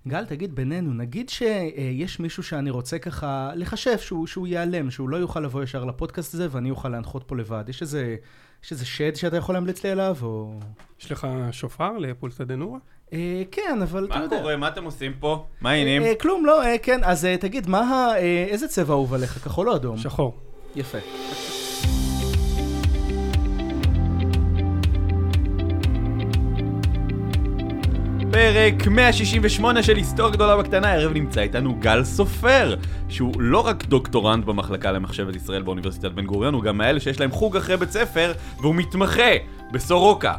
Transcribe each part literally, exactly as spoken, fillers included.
גל, תגיד בינינו, נגיד שיש מישהו שאני רוצה ככה לחשב שהוא, שהוא ייעלם, שהוא לא יוכל לבוא ישר לפודקאסט הזה, ואני אוכל להנחות פה לבד. יש איזה, יש איזה שד שאתה יכול להמליץ לי עליו, או... יש לך שופר לפולסא דנורא? אה, כן, אבל אתה יודע. מה קורה? מה אתם עושים פה? מה העניינים? אה, כלום, לא, אה, כן. אז אה, תגיד, מה, ה- אה, איזה צבע אהוב עליך? כחול או אדום? שחור. יפה. פרק מאה שישים ושמונה של היסטוריה גדולה בקטנה. הערב נמצא איתנו גל סופר, שהוא לא רק דוקטורנט במחלקה למחשבת ישראל באוניברסיטת בן גוריון, הוא גם מאלה שיש להם חוג אחרי בית ספר, והוא מתמחה בסורוקה.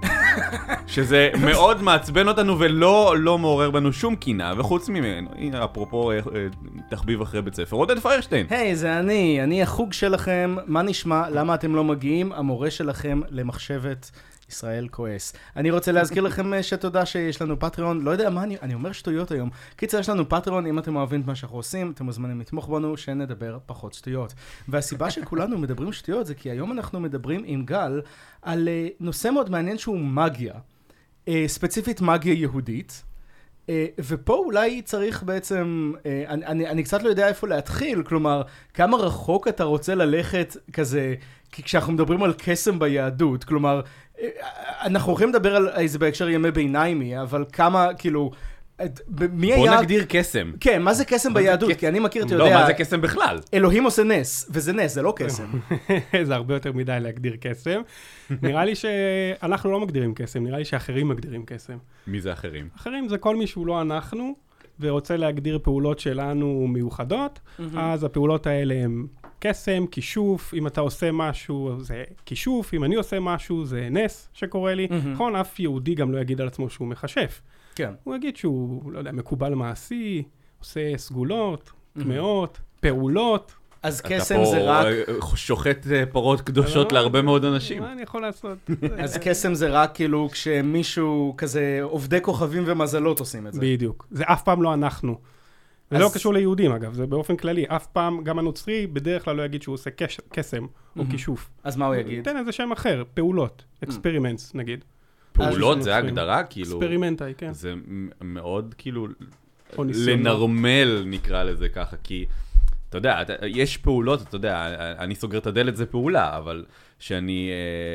שזה מאוד מעצבן אותנו ולא לא מעורר בנו שום קינה, וחוץ ממנו, הנה אפרופו תחביב אחרי בית ספר, עודד פיירשטיין. היי, זה אני, אני החוג שלכם, מה נשמע, למה אתם לא מגיעים, המורה שלכם למחשבת ישראל כועס. אני רוצה להזכיר לכם שתודה שיש לנו פטריון, לא יודע מה אני, אני אומר שטויות היום. קיצר, יש לנו פטריון, אם אתם אוהבים את מה שאנחנו עושים, אתם מוזמנים לתמוך בנו, שנדבר פחות שטויות. והסיבה שכולנו מדברים שטויות זה כי היום אנחנו מדברים עם גל על uh, נושא מאוד מעניין שהוא מגיה. Uh, ספציפית מגיה יהודית. Uh, ופה אולי צריך בעצם, uh, אני, אני, אני קצת לא יודע איפה להתחיל, כלומר, כמה רחוק אתה רוצה ללכת כזה, כי כשאנחנו מדברים על קסם ביהדות, כלומר, אנחנו הולכים לדבר על איזה בהקשר ימי ביניימי, אבל כמה, כאילו, מי היה... בוא נגדיר קסם. כן, מה זה קסם ביהדות? כי אני מכיר, אתה יודע... לא, מה זה קסם בכלל? אלוהים עושה נס, וזה נס, זה לא קסם. זה הרבה יותר מדי להגדיר קסם. נראה לי שאנחנו לא מגדירים קסם, נראה לי שאחרים מגדירים קסם. מי זה אחרים? אחרים זה כל מי שהוא לא אנחנו, ורוצה להגדיר פעולות שלנו מיוחדות, אז הפעולות האלה הן... קסם, כישוף, אם אתה עושה משהו זה כישוף, אם אני עושה משהו זה נס שקורה לי. נכון, אף יהודי גם לא יגיד על עצמו שהוא מחשף. כן. הוא יגיד שהוא, לא יודע, מקובל מעשי, עושה סגולות, טמאות, פעולות. אז קסם זה רק... אתה פה שוחט פרות קדושות להרבה מאוד אנשים. מה אני יכול לעשות? אז קסם זה רק כאילו כשמישהו כזה עובדי כוכבים ומזלות עושים את זה. בדיוק. זה אף פעם לא אנחנו. זה לא קשור ליהודים, אגב, זה באופן כללי. אף פעם, גם הנוצרי, בדרך כלל לא יגיד שהוא עושה קסם או כישוף. אז מה הוא יגיד? תן איזה שם אחר, פעולות, אקספרימנטס, נגיד. פעולות זה הגדרה, כאילו... אקספרימנטאי, כן. זה מאוד, כאילו, לנרמל, נקרא לזה ככה, כי, אתה יודע, יש פעולות, אתה יודע, אני סוגר את הדלת, זה פעולה, אבל שאני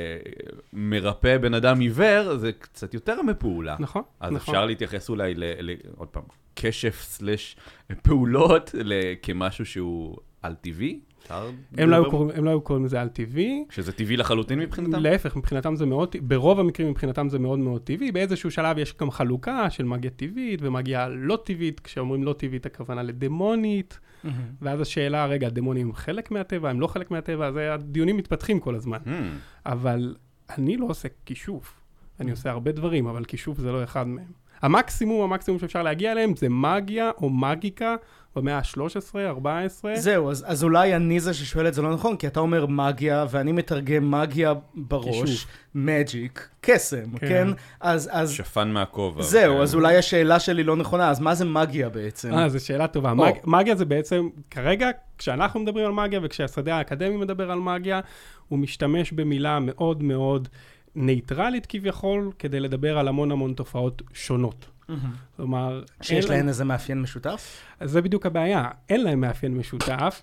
מרפא בן אדם עיוור, זה קצת יותר מפעולה. נכון, אז נכון. אפשר להתייחס אולי, עוד פעם, קשף סלש פעולות כמשהו שהוא על טבעי? הם לא היו קוראים לזה על טבעי. שזה טבעי לחלוטין מבחינתם? להפך, מבחינתם זה מאוד, ברוב המקרים מבחינתם זה מאוד מאוד טבעי. באיזשהו שלב יש גם חלוקה של מגיה טבעית ומגיה לא טבעית. כשאומרים לא טבעית, הכוונה לדמונית. ואז השאלה, רגע, דמונים הם חלק מהטבע, הם לא חלק מהטבע, אז הדיונים מתפתחים כל הזמן. אבל אני לא עושה כישוף. אני עושה הרבה דברים, אבל כישוף זה לא אחד מהם. המקסימום, המקסימום שאפשר להגיע אליהם זה מגיה או מגיקה במאה ה-שלוש עשרה, ארבע עשרה. זהו, אז, אז אולי אני זה ששואל את זה לא נכון, כי אתה אומר מגיה, ואני מתרגם מגיה בראש, מג'יק, קסם, כן? כן? אז, אז... שפן מהכובע. זהו, כן. אז אולי השאלה שלי לא נכונה, אז מה זה מגיה בעצם? אה, זו שאלה טובה. מג... מגיה זה בעצם, כרגע, כשאנחנו מדברים על מגיה, וכשהשדה האקדמי מדבר על מגיה, הוא משתמש במילה מאוד מאוד... נייטרלית כביכול, כדי לדבר על המון המון תופעות שונות. כלומר... שיש להן איזה מאפיין משותף? אז זה בדיוק הבעיה. אין להם מאפיין משותף,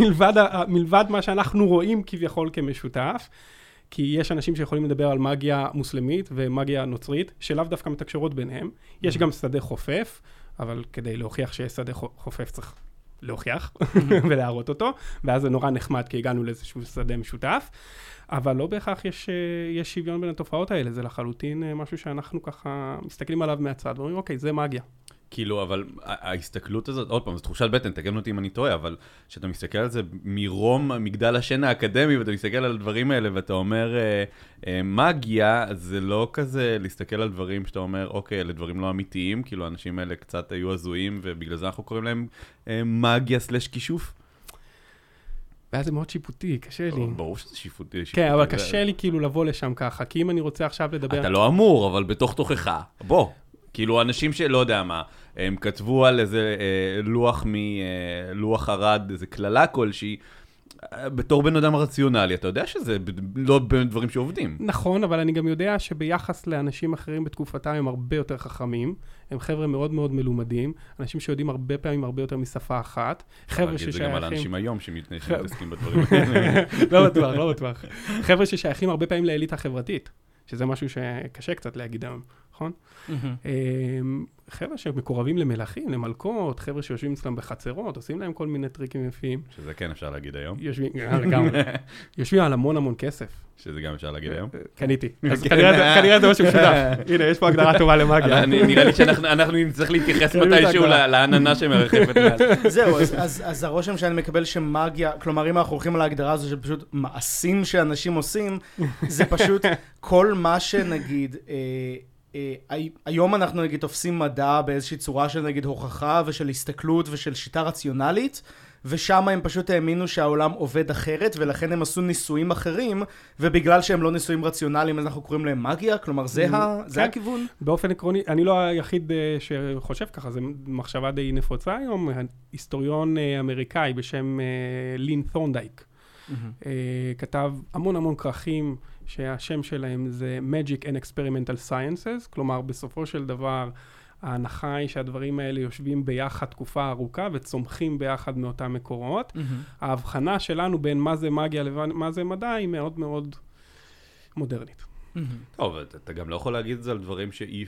מלבד מה שאנחנו רואים כביכול כמשותף, כי יש אנשים שיכולים לדבר על מגיה מוסלמית ומגיה נוצרית, שלאו דווקא מתקשרות ביניהם. יש גם שדה חופף, אבל כדי להוכיח שיש שדה חופף צריך להוכיח ולהראות אותו, ואז זה נורא נחמד כי הגענו לאיזשהו שדה משותף. אבל לא בהכרח יש, יש שוויון בין התופעות האלה, זה לחלוטין משהו שאנחנו ככה מסתכלים עליו מהצד, ואומרים, אוקיי, זה מגיה. כאילו, אבל ההסתכלות הזאת, עוד פעם, זו תחושת בטן, תגן אותי אם אני טועה, אבל כשאתה מסתכל על זה מרום מגדל השן האקדמי, ואתה מסתכל על הדברים האלה, ואתה אומר, מגיה, זה לא כזה להסתכל על דברים שאתה אומר, אוקיי, אלה דברים לא אמיתיים, כאילו, האנשים האלה קצת היו הזויים, ובגלל זה אנחנו קוראים להם מגיה סלש כישוף. ואז זה מאוד שיפוטי, קשה לי. ברור שזה שיפוטי. כן, אבל קשה לי כאילו לבוא לשם ככה, כי אם אני רוצה עכשיו לדבר... אתה לא אמור, אבל בתוך תוכחה. בוא. כאילו, אנשים שלא יודע מה, הם כתבו על איזה לוח מלוח ארד, איזה כללה כלשהי, בתור בן אדם רציונלי, אתה יודע שזה לא בין דברים שעובדים. נכון, אבל אני גם יודע שביחס לאנשים אחרים בתקופתם הם הרבה יותר חכמים, הם חבר'ה מאוד מאוד מלומדים, אנשים שיודעים הרבה פעמים הרבה יותר משפה אחת, חבר'ה ששייכים... זה גם על האנשים היום שמתעסקים בדברים האלה. לא בטוח, לא בטוח. חבר'ה ששייכים הרבה פעמים לאליטה חברתית, שזה משהו שקשה קצת להגיד היום, נכון? חבר'ה שמקורבים למלכים, למלכות, חבר'ה שיושבים אצלם בחצרות, עושים להם כל מיני טריקים יפים. שזה כן אפשר להגיד היום. יושבים על המון המון כסף. שזה גם אפשר להגיד היום. קניתי. אז כנראה זה משהו משותף. הנה, יש פה הגדרה טובה למאגיה. נראה לי שאנחנו נצטרך להתייחס מתישהו לעננה שמרחפת מעל. זהו, אז הרושם שאני מקבל שמאגיה, כלומר, אם אנחנו הולכים על ההגדרה הזו של פשוט מעשים שאנשים עושים, זה פשוט כל מה שנגיד... היום אנחנו נגיד תופסים מדע באיזושהי צורה של נגיד הוכחה ושל הסתכלות ושל שיטה רציונלית, ושם הם פשוט האמינו שהעולם עובד אחרת, ולכן הם עשו ניסויים אחרים, ובגלל שהם לא ניסויים רציונליים, אז אנחנו קוראים להם מאגיה, כלומר זה הכיוון? באופן עקרוני, אני לא היחיד שחושב ככה, זו מחשבה די נפוצה היום, היסטוריון אמריקאי בשם לין תורנדייק, כתב המון המון כרכים, שהשם שלהם זה Magic and Experimental Sciences, כלומר בסופו של דבר ההנחה היא שהדברים האלה יושבים ביחד תקופה ארוכה וצומחים ביחד מאותם מקורות. Mm-hmm. ההבחנה שלנו בין מה זה מגיה לבין מה זה מדע היא מאוד מאוד מודרנית. טוב, אתה גם לא יכול להגיד את זה על דברים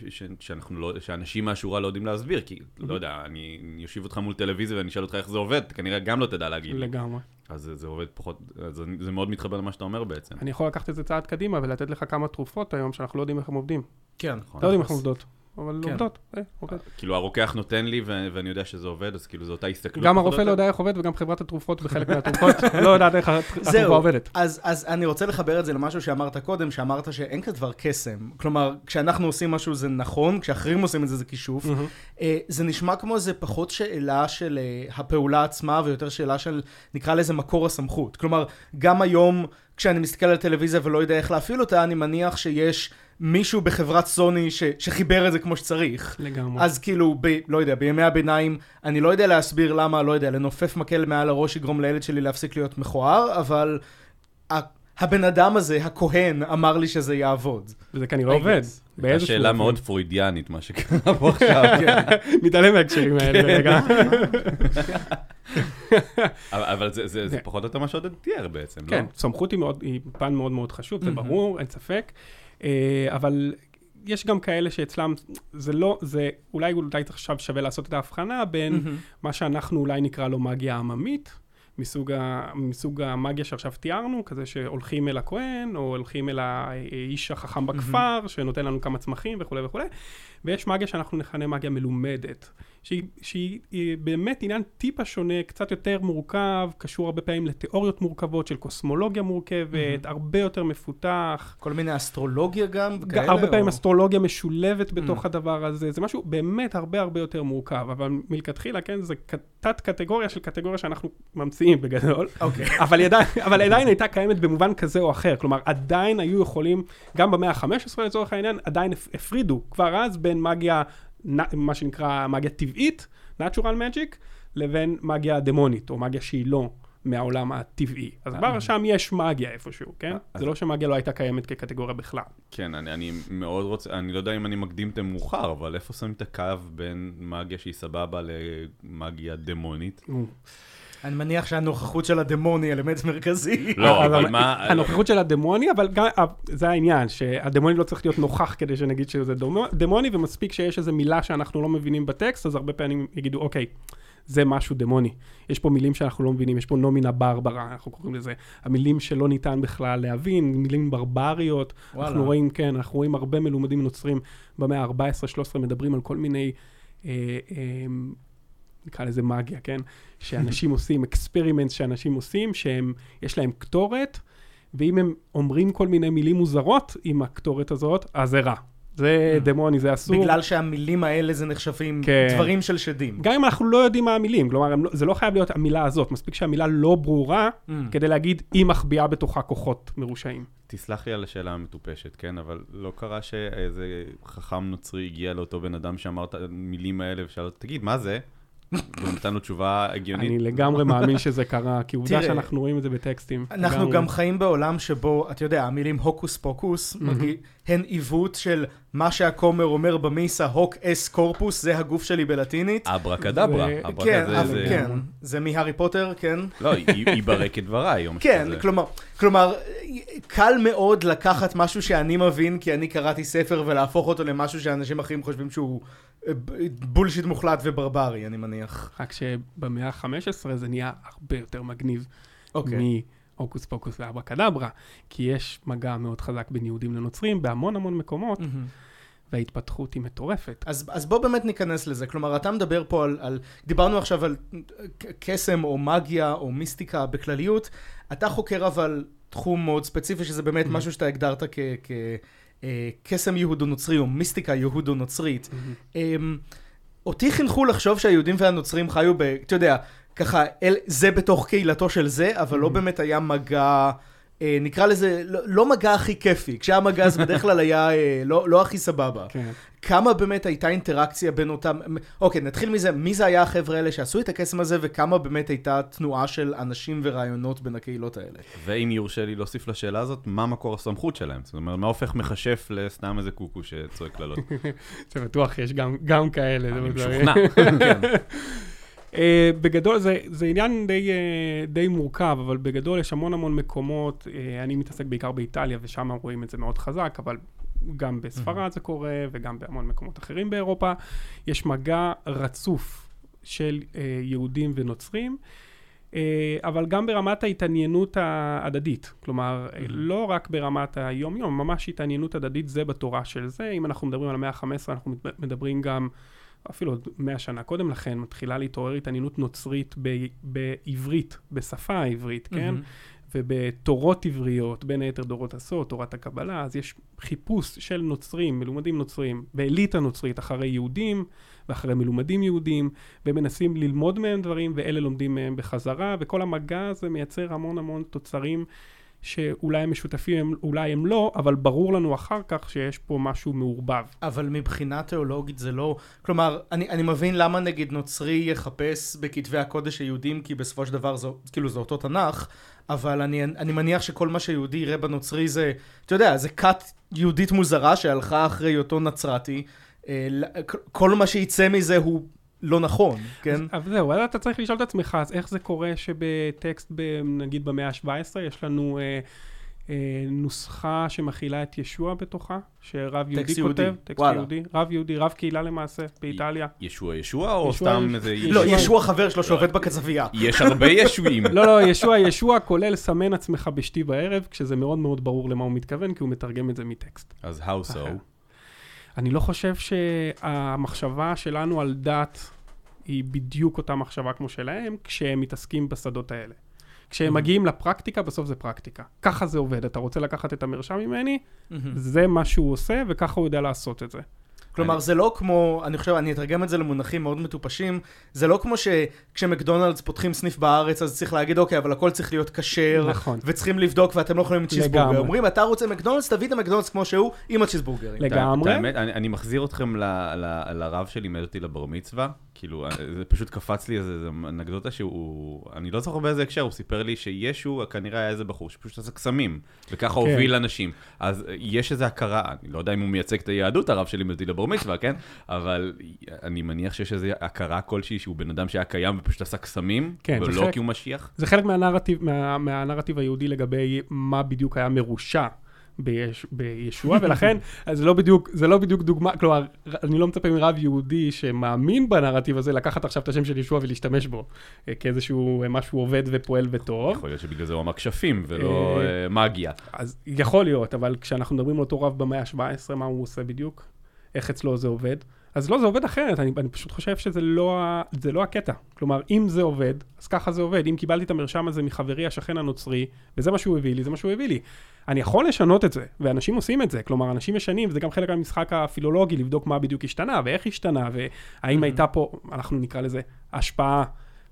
שאנשים מהשורה לא יודעים להסביר, כי לא יודע, אני יושיב אותך מול טלוויזיה ואני אשאל אותך איך זה עובד, כנראה גם לא תדע להגיד. לגמרי. אז זה עובד פחות, זה מאוד מתחבר למה שאתה אומר בעצם. אני יכול לקחת את זה צעד קדימה ולתת לך כמה תרופות היום שאנחנו לא יודעים איך הם עובדים. כן. לא יודעים איך הם עובדות. אבל עובדות, עובד. כאילו הרוקח נותן לי ואני יודע שזה עובד, אז כאילו זו אותה הסתכלות. גם הרופא לא יודע איך עובד וגם חברת התרופות בחלק מהתרופות לא יודעת איך התרופה עובדת. אז אני רוצה לחבר את זה למשהו שאמרת קודם, שאמרת שאין כדבר קסם. כלומר, כשאנחנו עושים משהו זה נכון, כשאחרים עושים את זה זה כישוף. זה נשמע כמו זה פחות שאלה של הפעולה עצמה ויותר שאלה של, נקרא לזה מקור הסמכות. כלומר, גם היום כשאני מסתכל על טלוויזיה ולא יודע איך להפעיל אותה, אני מניח שיש מישהו בחברת סוני ש, שחיבר את זה כמו שצריך. לגמרי. אז כאילו, ב, לא יודע, בימי הביניים, אני לא יודע להסביר למה, לא יודע, לנופף מקל מעל הראש יגרום לילד שלי להפסיק להיות מכוער, אבל הבן אדם הזה, הכהן, אמר לי שזה יעבוד. וזה כנראה עובד. זו שאלה מאוד פרוידיאנית, מה שקרה פה עכשיו. מתעלם מהקשרים האלה רגע. אבל זה פחות או יותר מה שעודד תיאר בעצם, לא? כן, סמכות היא פן מאוד מאוד חשוב, זה ברור, אין ספק. אבל יש גם כאלה שאצלם, זה לא, זה אולי אולי עכשיו שווה לעשות את ההבחנה בין מה שאנחנו אולי נקרא לו מגיה עממית, מסוג, ה, מסוג המגיה שעכשיו תיארנו, כזה שהולכים אל הכהן, או הולכים אל האיש החכם בכפר, mm-hmm. שנותן לנו כמה צמחים וכו' וכו'. ויש מגיה שאנחנו נכנה מגיה מלומדת, שהיא, שהיא באמת עניין טיפה שונה, קצת יותר מורכב, קשור הרבה פעמים לתיאוריות מורכבות של קוסמולוגיה מורכבת, mm-hmm. הרבה יותר מפותח. כל מיני אסטרולוגיה גם? וכאלה, הרבה או... פעמים אסטרולוגיה משולבת בתוך mm-hmm. הדבר הזה. זה משהו באמת הרבה הרבה יותר מורכב, אבל מלכתחילה, כן, זה תת קטגוריה של קטגוריה שאנחנו ממציאים בגדול. אוקיי. Okay. אבל, עדיין, אבל עדיין הייתה קיימת במובן כזה או אחר. כלומר, עדיין היו יכולים, גם במאה ה-חמש עשרה לצורך העניין, עדיין הפרידו כבר אז בין מגיה, מה שנקרא מגיה טבעית, natural magic, לבין מגיה דמונית, או מגיה שהיא לא מהעולם הטבעי. אז כבר שם יש מגיה איפשהו, כן? זה לא שמגיה לא הייתה קיימת כקטגוריה בכלל. כן, אני, אני מאוד רוצה, אני לא יודע אם אני מקדים את המאוחר, אבל איפה שמים את הקו בין מגיה שהיא סבבה למגיה דמונית? אני מניח שהנוכחות של הדמוני אלמנט מרכזי. לא, אבל מה... הנוכחות של הדמוני, אבל גם, זה העניין, שהדמוני לא צריך להיות נוכח כדי שנגיד שזה דמוני, ומספיק שיש איזו מילה שאנחנו לא מבינים בטקסט, אז הרבה פעמים יגידו, אוקיי, זה משהו דמוני. יש פה מילים שאנחנו לא מבינים, יש פה נומינה ברברה, אנחנו קוראים לזה, המילים שלא ניתן בכלל להבין, מילים ברבריות, אנחנו רואים, כן, אנחנו רואים הרבה מלומדים נוצרים במאה ה-ארבע עשרה שלוש עשרה מדברים על כל מיני... נקרא לזה מגיה, כן? שאנשים עושים, אקספרימנט שאנשים עושים, שהם, יש להם כתורת, ואם הם אומרים כל מיני מילים מוזרות עם הכתורת הזאת, אז זה רע. זה דמוני, זה אסור. בגלל שהמילים האלה זה נחשבים דברים של שדים. גם אם אנחנו לא יודעים מה המילים, כלומר, זה לא חייב להיות המילה הזאת, מספיק שהמילה לא ברורה, כדי להגיד, היא מחביאה בתוכה כוחות מרושעים. תסלח לי על השאלה המטופשת, כן? אבל לא קרה שאיזה חכם נוצרי הגיע לאותו בן אדם שאמר את המילים האלה, ושאל, תגיד, מה זה? והוא נתן לו תשובה הגיונית. אני לגמרי מאמין שזה קרה, כי עובדה שאנחנו רואים את זה בטקסטים. אנחנו גם חיים בעולם שבו, אתה יודע, המילים הוקוס פוקוס, הן עיוות של מה שהכומר אומר במיסה, הוק אס קורפוס, זה הגוף שלי בלטינית. אברקדברה. כן, כן, זה מהארי פוטר, כן. לא, היא ברק את דבריי. כן, כלומר, קל מאוד לקחת משהו שאני מבין, כי אני קראתי ספר, ולהפוך אותו למשהו שאנשים אחרים חושבים שהוא בולשיט מוחלט וברברי, אני מניח. רק שבמאה ה-חמש עשרה זה נהיה הרבה יותר מגניב מהוקוס פוקוס ואברקדברה, כי יש מגע מאוד חזק בין יהודים לנוצרים בהמון המון מקומות, וההתפתחות היא מטורפת. אז, אז בוא באמת ניכנס לזה. כלומר, אתה מדבר פה על, על, דיברנו עכשיו על קסם או מגיה או מיסטיקה בכלליות. אתה חוקר אבל תחום מאוד ספציפי, שזה באמת משהו שאתה הגדרת כ... כ קסם יהודו-נוצרי או מיסטיקה יהודו-נוצרית. אותי חינכו לחשוב שהיהודים והנוצרים חיו ב... אתה יודע, ככה, זה בתוך קהילתו של זה, אבל לא באמת היה מגע... נקרא לזה, לא מגע הכי כיפי. כשהמגע זה בדרך כלל היה לא הכי סבבה. כמה באמת הייתה אינטראקציה בין אותם... אוקיי, נתחיל מזה. מי זה היה החבר'ה האלה שעשו את הקסם הזה, וכמה באמת הייתה תנועה של אנשים ורעיונות בין הקהילות האלה? ואם יורשה לי להוסיף לשאלה הזאת, מה מקור הסמכות שלהם? זאת אומרת, מה הופך מחשף לסתם איזה קוקו שצועק ללות? זה בטוח, יש גם כאלה. אני משוכנע. בגדול, זה עניין די מורכב, אבל בגדול יש המון המון מקומות, אני מתעסק בעיקר באיטליה, ושם רואים את זה מאוד חזק, אבל גם בספרד זה קורה, וגם בהמון מקומות אחרים באירופה, יש מגע רצוף של יהודים ונוצרים, אבל גם ברמת ההתעניינות ההדדית, כלומר, לא רק ברמת היום-יום, ממש התעניינות הדדית זה בתורה של זה, אם אנחנו מדברים על המאה ה-חמש עשרה, אנחנו מדברים גם אפילו עוד מאה שנה קודם לכן, מתחילה להתעורר התעניינות נוצרית ב- בעברית, בשפה העברית, כן? ובתורות עבריות, בין היתר דורות הסוד, תורת הקבלה, אז יש חיפוש של נוצרים, מלומדים נוצרים, באליטה נוצרית, אחרי יהודים, ואחרי מלומדים יהודים, ומנסים ללמוד מהם דברים, ואלה לומדים מהם בחזרה, וכל המגע הזה מייצר המון המון תוצרים, שאולי הם משותפים, אולי הם לא, אבל ברור לנו אחר כך שיש פה משהו מעורבב. אבל מבחינה תיאולוגית זה לא... כלומר, אני, אני מבין למה נגיד נוצרי יחפש בכתבי הקודש היהודים, כי בסופו של דבר זו, כאילו זה אותו תנ"ך, אבל אני, אני מניח שכל מה שיהודי יראה בנוצרי זה, אתה יודע, זה כת יהודית מוזרה שהלכה אחרי אותו נצרתי, כל מה שיצא מזה הוא... לא נכון, כן? אבל זהו, אז אתה צריך לשאול את עצמך, אז איך זה קורה שבטקסט, נגיד במאה ה-שבע עשרה, יש לנו אה, אה, נוסחה שמכילה את ישוע בתוכה, שרב יהודי כותב, טקסט יהודי, רב יהודי, רב קהילה למעשה, באיטליה. ישוע ישוע או סתם איזה... לא, ישוע חבר שלו שעובד בקצבייה. יש הרבה ישועים. לא, לא, ישוע, ישוע כולל סמן עצמך בשתי בערב, כשזה מאוד מאוד ברור למה הוא מתכוון, כי הוא מתרגם את זה מטקסט. אז how so? אני לא חושב שהמחשבה שלנו על דת היא בדיוק אותה מחשבה כמו שלהם, כשהם מתעסקים בשדות האלה. כשהם מגיעים לפרקטיקה, בסוף זה פרקטיקה. ככה זה עובד. אתה רוצה לקחת את המרשם ממני, זה מה שהוא עושה, וככה הוא יודע לעשות את זה. כלומר, זה לא כמו, אני חושב, אני אתרגם את זה למונחים מאוד מטופשים, זה לא כמו שכשמקדונלדס פותחים סניף בארץ, אז צריך להגיד, אוקיי, אבל הכל צריך להיות כשר, נכון. וצריכים לבדוק, ואתם לא יכולים עם צ'יזבורגר. אומרים, אתה רוצה מקדונלדס, תביא את המקדונלדס כמו שהוא, עם הצ'יזבורגרים. לגמרי. האמת, אני, אני מחזיר אתכם ל, ל, לרב שלי מרתי לבר מצווה, כאילו, זה פשוט קפץ לי איזה אנקדוטה שהוא, אני לא זוכר באיזה הקשר, הוא סיפר לי שישו, כנראה היה איזה בחור, שפשוט עשה קסמים, וככה הוביל אנשים. אז יש איזו הכרה, אני לא יודע אם הוא מייצג את היהדות, הרב שלי מרתי לבר מצווה, כן? אבל אני מניח שיש איזו הכרה כלשהי שהוא בן אדם שהיה קיים ופשוט עשה קסמים, ולא כי הוא משיח. זה חלק מהנרטיב, מה, מהנרטיב היהודי לגבי מה בדיוק היה מרושע ביש, בישוע, ולכן זה לא בדיוק, זה לא בדיוק דוגמה, כלומר, אני לא מצפה מרב יהודי שמאמין בנרטיב הזה, לקחת עכשיו את השם של ישוע ולהשתמש בו, כאיזשהו משהו עובד ופועל וטוב. יכול להיות שבגלל זה הוא המקשפים ולא מגיה. אז יכול להיות, אבל כשאנחנו מדברים על אותו רב במאה ה-שבע עשרה, מה הוא עושה בדיוק? איך אצלו זה עובד? אז לא, זה עובד אחרת, אני, אני פשוט חושב שזה לא, זה לא הקטע. כלומר, אם זה עובד, אז ככה זה עובד. אם קיבלתי את המרשם הזה מחברי השכן הנוצרי, וזה מה שהוא הביא לי, זה מה שהוא הביא לי. אני יכול לשנות את זה, ואנשים עושים את זה. כלומר, אנשים משנים, וזה גם חלק מהמשחק הפילולוגי, לבדוק מה בדיוק השתנה, ואיך השתנה, והאם הייתה פה, אנחנו נקרא לזה, השפעה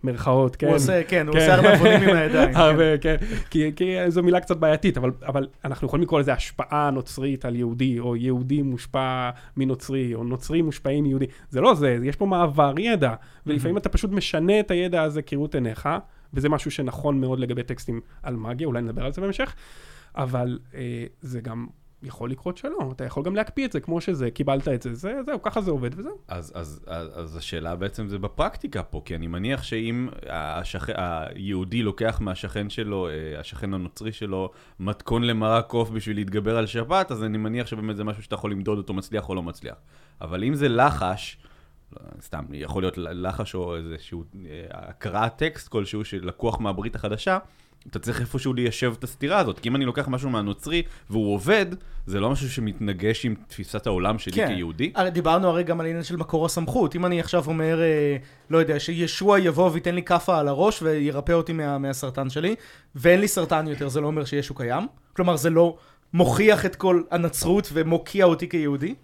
מרכאות, כן. הוא עושה, כן, הוא עושה ארנבונים עם הידיים. הרבה, כן. כי זו מילה קצת בעייתית, אבל אנחנו יכולים לקרוא לזה השפעה נוצרית על יהודי, או יהודי מושפע מנוצרי, או נוצרי מושפעים מיהודי. זה לא זה, יש פה מעבר ידע, ולפעמים אתה פשוט משנה את הידע הזה כראות עיניך, וזה משהו שנכון מאוד לגבי טקסטים על מגיה, אולי נדבר על זה בהמשך, אבל זה גם יכול לקרות שלא, אתה יכול גם להקפיא את זה כמו שזה, קיבלת את זה, זה, זהו, ככה זה עובד וזהו. אז, אז, אז, אז השאלה בעצם זה בפרקטיקה פה, כי אני מניח שאם השכ... היהודי לוקח מהשכן שלו, השכן הנוצרי שלו, מתכון למרק קוף בשביל להתגבר על שבת, אז אני מניח שבאמת זה משהו שאתה יכול למדוד אותו מצליח או לא מצליח. אבל אם זה לחש, סתם, יכול להיות לחש או איזשהו הקראת טקסט כלשהו שלקוח מהברית החדשה, אתה צריך איפשהו ליישב את הסתירה הזאת, כי אם אני לוקח משהו מהנוצרי והוא עובד, זה לא משהו שמתנגש עם תפיסת העולם שלי כן. כיהודי. דיברנו הרי גם על עניין של מקור הסמכות. אם אני עכשיו אומר, אה, לא יודע, שישוע יבוא וייתן לי כפה על הראש וירפא אותי מה, מהסרטן שלי, ואין לי סרטן יותר, זה לא אומר שישו קיים? כלומר, זה לא מוכיח את כל הנצרות ומוקיע אותי כיהודי?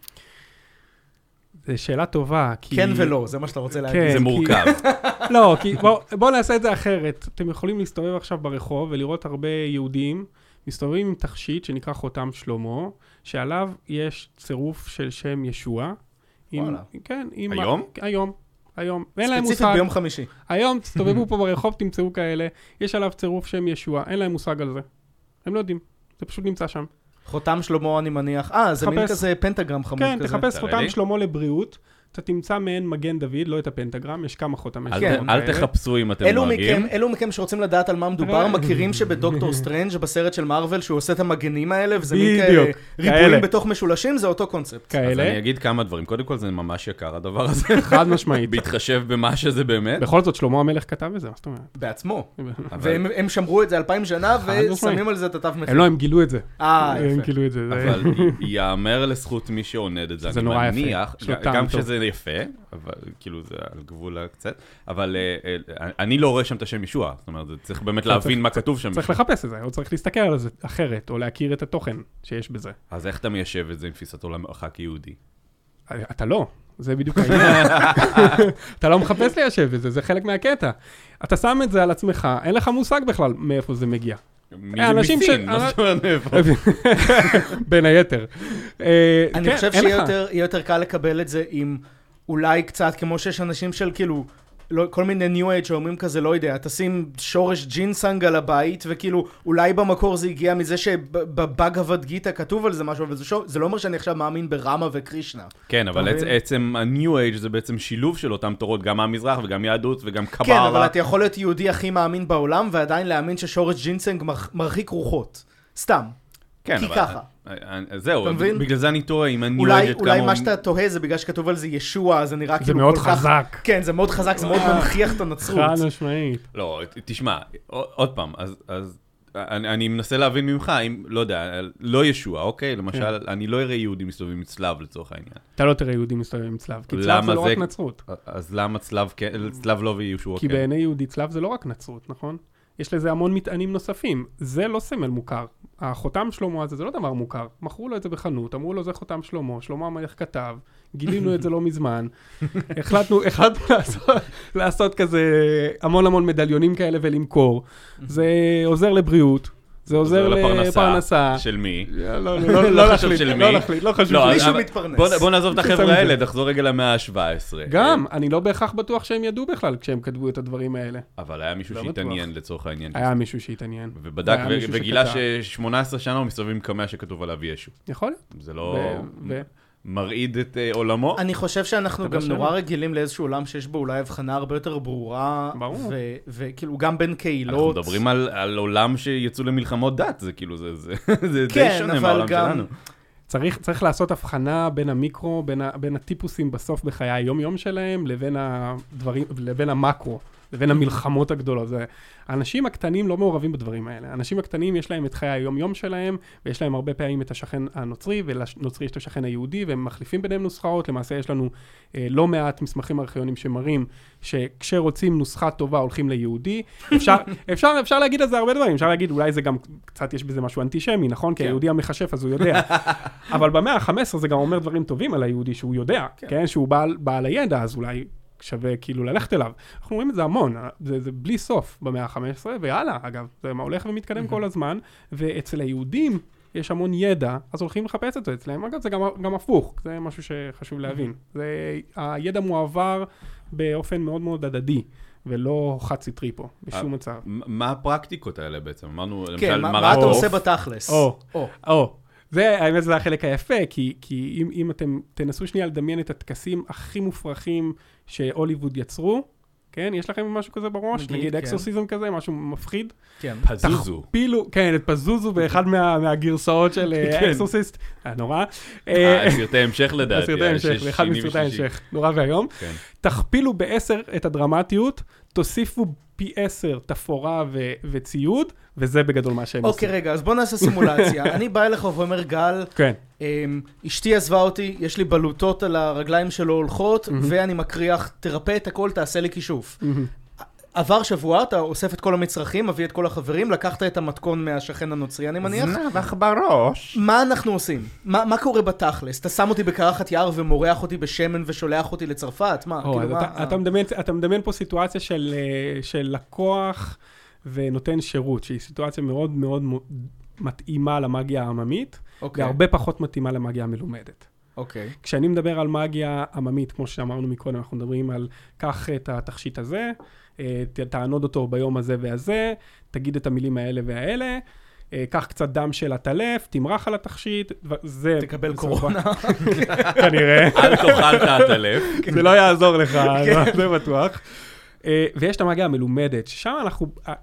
זו שאלה טובה, כי... כן ולא, זה מה שאתה רוצה להגיד. כן, זה מורכב. כי... לא, כי בואו בוא נעשה את זה אחרת. אתם יכולים להסתובב עכשיו ברחוב ולראות הרבה יהודים מסתובבים עם תכשיט שנקרא חותם שלמה, שעליו יש צירוף של שם ישוע. וואלה. עם, כן, עם... היום? היום. היום. ספציפית ביום חמישי. היום תסתובבו פה ברחוב, תמצאו כאלה, יש עליו צירוף שם ישוע, אין להם מושג על זה. הם לא יודעים, זה פשוט נמצא שם. חותם שלמה אני מניח, אה, זה מין כזה פנטגרם חמוד כזה. כן, תחפש חותם שלמה לבריאות, אתה תמצא מעין מגן דוד, לא את הפנטגרם, יש כמה חותמי שלמה. אל תחפשו אם אתם נוהגים. אלו מכם שרוצים לדעת על מה מדובר, מכירים שבדוקטור סטרנג' בסרט של מארוול, שהוא עושה את המגנים האלה, וזה מין ריבועים בתוך משולשים, זה אותו קונספט. אז אני אגיד כמה דברים. קודם כל זה ממש יקר הדבר הזה. חד משמעית. בהתחשב במה שזה באמת. בכל זאת, שלמה המלך כתב את זה, מה זאת אומרת? בעצמו. והם שמרו את זה אלפיים שנה, ושמים על זה את התו מחיר. לא, הם גילו את זה. אה, הם גילו את זה. אבל ייאמר לזכות מי שעונד את זה. זה נורא יפה. גם כשזה יפה, אבל כאילו זה על גבול קצת, אבל אני לא רואה שם את השם ישוע, זאת אומרת, צריך באמת להבין מה כתוב שם. צריך לחפש את זה, או צריך להסתכל על זה אחרת, או להכיר את התוכן שיש בזה. אז איך אתה מיישב את זה עם תפיסת עולמך כיהודי? אתה לא, זה בדיוק העניין. אתה לא מחפש ליישב את זה, זה חלק מהקטע. אתה שם את זה על עצמך, אין לך מושג בכלל מאיפה זה מגיע. מסין, לא זאת אומרת מאיפה. בין היתר. אני חושב שיהיה יותר קל לקבל את זה עם אולי קצת כמו שיש אנשים של כאילו, לא, כל מיני ניו אייג' שאומרים כזה, לא יודע, תשים שורש ג'ינסנג על הבית, וכאילו, אולי במקור זה הגיע מזה שבבגבד גיטה כתוב על זה משהו, וזה שור, זה לא אומר שאני עכשיו מאמין ברמה וקרישנה. כן, אבל עצ, עצם הניו אייג' זה בעצם שילוב של אותם תורות, גם מהמזרח וגם יהדות וגם קבלה. כן, אבל אתה יכול להיות יהודי הכי מאמין בעולם, ועדיין להאמין ששורש ג'ינסנג מרחיק רוחות. סתם. כן, כי אבל... ככה. זהו, בגלל זה אני טועה עם הניו אולי, אולי מה שאתה תוהה זה בגלל שכתוב על זה ישוע, זה נראה כאילו מאוד חזק. כן, זה מאוד חזק, זה מאוד מנכיח את הנצרות. חד משמעית. לא, תשמע, עוד פעם, אז אני מנסה להבין ממך, אם, לא יודע, לא ישוע, אוקיי? למשל, אני לא אראה יהודים מסתובבים עם צלב לצורך העניין. אתה לא תראה יהודים מסתובבים עם צלב, כי צלב זה לא רק נצרות. אז למה צלב לא וישוע? כי בעיני יהודי צלב זה לא רק נצרות, נכון? יש לזה המון מטענים נוספים. זה לא סמל מוכר. החותם שלמה הזה זה לא דבר מוכר. מכרו לו את זה בחנות, אמרו לו זה חותם שלמה, שלמה המלך כתב, גילינו את זה לא מזמן. החלטנו, החלטנו לעשות, לעשות כזה המון המון מדליונים כאלה ולמכור. זה עוזר לבריאות. זה עוזר לפרנסה. של מי? לא להחליט, לא להחליט, לא חשוב. מישהו מתפרנס. בוא נעזוב את החבר'ה האלה, תחזור רגע למאה ה-שבע עשרה. גם, אני לא בהכרח בטוח שהם ידעו בכלל כשהם כתבו את הדברים האלה. אבל היה מישהו שהתעניין לצורך העניין. היה מישהו שהתעניין. ובדק וגילה ש-שמונה עשרה שנה הוא מסתובבים קמע שכתוב עליו ישו. יכול להיות. זה לא... מרעיד את עולמו. אני חושב שאנחנו גם נורא רגילים לאיזשהו עולם שיש בו אולי הבחנה הרבה יותר ברורה, וכאילו גם בין קהילות. אנחנו מדברים על עולם שיצאו למלחמות דת, זה כאילו, זה די שונה מהעולם שלנו. צריך, צריך לעשות הבחנה בין המיקרו, בין, ה, בין הטיפוסים בסוף בחיי היום-יום שלהם, לבין הדברים, לבין המקרו, לבין המלחמות הגדולות. זה, האנשים הקטנים לא מעורבים בדברים האלה. האנשים הקטנים יש להם את חיי היום-יום שלהם, ויש להם הרבה פעמים את השכן הנוצרי, ולנוצרי יש את השכן היהודי, והם מחליפים ביניהם נוסחאות. למעשה יש לנו אה, לא מעט מסמכים ארכיוניים שמראים, שכשרוצים נוסחה טובה הולכים ליהודי. אפשר, אפשר, אפשר להגיד על זה הרבה דברים. אפשר להגיד, אולי זה גם, קצת יש בזה משהו אנטישמי, נכון? כי היהודי המחשף, אז הוא יודע. אבל במאה ה-חמש עשרה זה גם אומר דברים טובים על היהודי שהוא יודע, כן? שהוא בעל, בעל הידע, אז אולי שווה כאילו ללכת אליו. אנחנו רואים את זה המון, זה, זה בלי סוף במאה ה-חמש עשרה, ויאללה, אגב, זה הולך ומתקדם כל הזמן, ואצל היהודים יש המון ידע, אז הולכים לחפש את זה אצלם. אגב, זה גם, גם הפוך, זה משהו שחשוב להבין. זה, הידע מועבר באופן מאוד מאוד הדדי. ולא חד סטרי פה, בשום מצב. מה הפרקטיקות האלה בעצם? אמרנו, כן, מה אתה עושה בתכלס? או, או. זה, האמת, זה החלק היפה, כי, כי אם, אם אתם תנסו שנייה לדמיין את הטקסים הכי מופרכים שהוליווד יצרו, כן? יש לכם משהו כזה בראש? נגיד, נגיד כן. אקסורסיזם כזה, משהו מפחיד? כן. פזוזו. תכפילו, כן, את פזוזו באחד מה, מהגרסאות של אקסורסיסט. נורא. סרטי המשך לדעתי. סרטי המשך, באחד מסרטי המשך. נורא והיום. כן. תכפילו בעשר את הדרמטיות, תוסיפו פי עשר תפורה ו- וציוד, וזה בגדול מה שהם עושים. אוקיי, רגע, אז בוא נעשה סימולציה. אני בא אליך ואומר, גל, כן. אשתי עזבה אותי, יש לי בלוטות על הרגליים שלו הולכות, ואני מקריח, תרפא את הכל, תעשה לי כישוף. עבר שבוע, אתה אוסף את כל המצרכים, מביא את כל החברים, לקחת את המתכון מהשכן הנוצרי, אני מניח. זנבך בראש. מה אנחנו עושים? מה, מה קורה בתכלס? אתה שם אותי בקרחת יער ומורח אותי בשמן ושולח אותי לצרפת? מה? או, כאילו, אתה, מה? אתה, מדמיין, אתה מדמיין פה סיטואציה של, של לקוח ונותן שירות, שהיא סיטואציה מאוד מאוד מתאימה למאגיה העממית, okay. והרבה פחות מתאימה למאגיה המלומדת. אוקיי. כשאני מדבר על מאגיה עממית, כמו שאמרנו מקודם, אנחנו מדברים על קח את התכשיט הזה, תענוד אותו ביום הזה והזה, תגיד את המילים האלה והאלה, קח קצת דם של הטלף, תמרח על התכשיט, זה... תקבל קורונה. כנראה. אל תאכל את הטלף. זה לא יעזור לך, זה בטוח. ויש את המאגיה המלומדת, ששם אנחנו,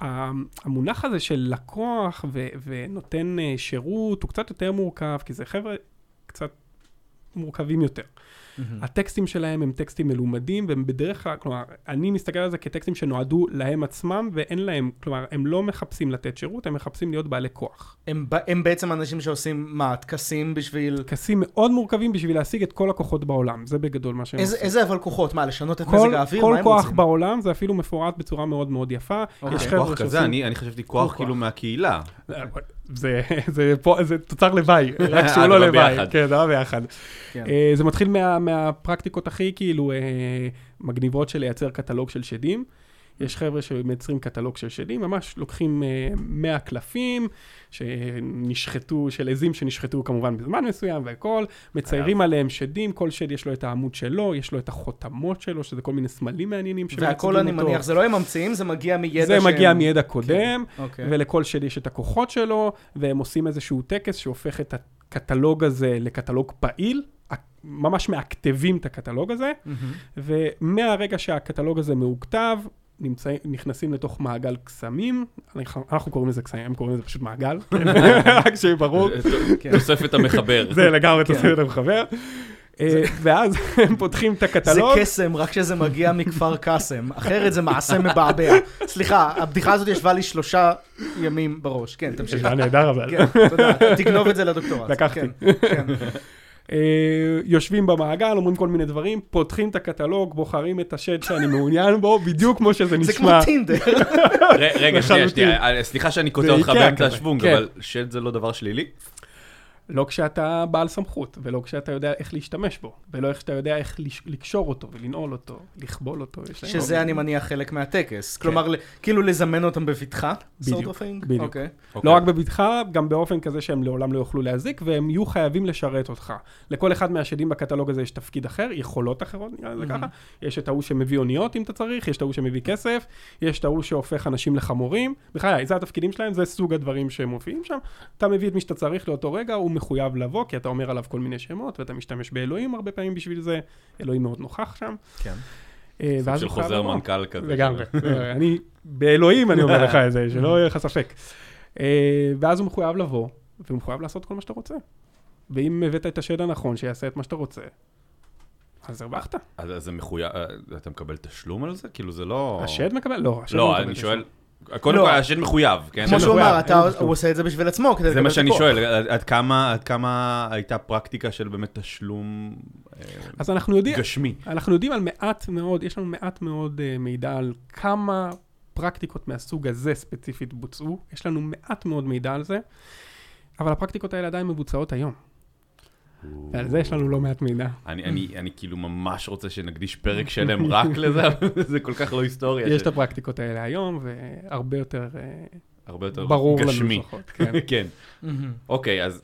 המונח הזה של לקוח ונותן שירות, הוא קצת יותר מורכב, כי זה חבר'ה קצת מורכבים יותר. הטקסטים שלהם הם טקסטים מלומדים, והם בדרך כלל, כלומר, אני מסתכל על זה כטקסטים שנועדו להם עצמם, ואין להם, כלומר, הם לא מחפשים לתת שירות, הם מחפשים להיות בעלי כוח. הם, הם בעצם אנשים שעושים, מה, טקסים בשביל... טקסים מאוד מורכבים בשביל להשיג את כל הכוחות בעולם, זה בגדול מה שהם איזה, עושים. איזה אבל כוחות? מה, לשנות את כל, מזג האוויר? כל מה כוח רוצים? בעולם, זה אפילו מפורט בצורה מאוד מאוד יפה. אוקיי. יש כוח כזה, אני, אני חשבתי כוח כאילו מהקהילה. זה, זה, פה, זה תוצר לוואי, רק שהוא לא לוואי. כן, זה ביחד. כן. זה מתחיל מה, מהפרקטיקות הכי כאילו מגניבות של לייצר קטלוג של שדים. יש חבר'ה שמייצרים קטלוג של שדים, ממש לוקחים מאה קלפים שנשחטו, של עזים שנשחטו כמובן בזמן מסוים והכל, מציירים עליהם שדים, כל שד יש לו את העמוד שלו, יש לו את החותמות שלו, שזה כל מיני סמלים מעניינים שמייצגים אותו. והכל אני מניח, זה לא הם ממציאים, זה מגיע מידע זה שהם... מגיע מידע קודם, כן. okay. ולכל שד יש את הכוחות שלו, והם עושים איזשהו טקס שהופך את הקטלוג הזה לקטלוג פעיל, ממש מאקטבים את הקטלוג הזה, mm-hmm. ומהרגע שהקטלוג הזה מאוקטב, נמצא, נכנסים לתוך מעגל קסמים, אנחנו קוראים לזה קסמים, הם קוראים לזה פשוט מעגל, רק שיהיה ברור. תוספת המחבר. זה לגמרי תוספת המחבר. ואז הם פותחים את הקטלוג. זה קסם, רק שזה מגיע מכפר קסם, אחרת זה מעשה מבעבע. סליחה, הבדיחה הזאת ישבה לי שלושה ימים בראש. כן, תמשיך. זה נהדר אבל. כן, תודה. תגנוב את זה לדוקטורט. לקחתי. כן. יושבים במעגל, אומרים כל מיני דברים, פותחים את הקטלוג, בוחרים את השד שאני מעוניין בו, בדיוק כמו שזה נשמע. זה כמו טינדר. רגע, שנייה, שנייה, סליחה שאני קוטע אותך באמצע השוונג, אבל שד זה לא דבר שלילי? לא כשאתה בעל סמכות, ולא כשאתה יודע איך להשתמש בו, ולא איך שאתה יודע איך לקשור אותו, ולנעול אותו, לכבול אותו. שזה אני מניח חלק מהטקס. כלומר, כאילו לזמן אותם בבטחה? בדיוק, בדיוק. לא רק בבטחה, גם באופן כזה שהם לעולם לא יוכלו להזיק, והם יהיו חייבים לשרת אותך. לכל אחד מהשדים בקטלוג הזה יש תפקיד אחר, יכולות אחרות, נראה לזה ככה. יש את ההוא שמביא אוניות אם אתה צריך, יש את ההוא שמביא כסף, יש את ההוא שהופך אנשים לחמורים. בחיי, זה התפקידים שלהם, זה סוג הדברים שהם מופיעים שם. אתה מביא את מי שאתה צריך לאותו רגע, הוא מחויב לבוא, כי אתה אומר עליו כל מיני שמות, ואתה משתמש באלוהים הרבה פעמים בשביל זה. אלוהים מאוד נוכח שם. כן. סוג של חוזר מנכ"ל כזה. לגמרי. אני, באלוהים אני אומר לך את זה, שלא יהיה לך ספק. ואז הוא מחויב לבוא, והוא מחויב לעשות כל מה שאתה רוצה. ואם הבאת את השד הנכון שיעשה את מה שאתה רוצה, אז הרווחת. אז זה מחויב, אתה מקבל תשלום על זה? כאילו זה לא... השד מקבל? לא, השד לא, אני שואל... קודם כל, השד מחויב, כן? כמו שהוא אמר, הוא עושה את זה בשביל עצמו, כדי זה מה שאני שואל, עד כמה הייתה פרקטיקה של באמת תשלום גשמי? אנחנו יודעים על מעט מאוד, יש לנו מעט מאוד מידע על כמה פרקטיקות מהסוג הזה ספציפית בוצעו, יש לנו מעט מאוד מידע על זה, אבל הפרקטיקות האלה עדיין מבוצעות היום. ועל זה יש לנו לא מעט מידע. אני, אני, אני כאילו ממש רוצה שנקדיש פרק שלם רק לזה, אבל זה כל כך לא היסטוריה. יש את הפרקטיקות האלה היום, והרבה יותר הרבה יותר ברור לנו גשמי. לפחות. כן. כן. אוקיי, אז...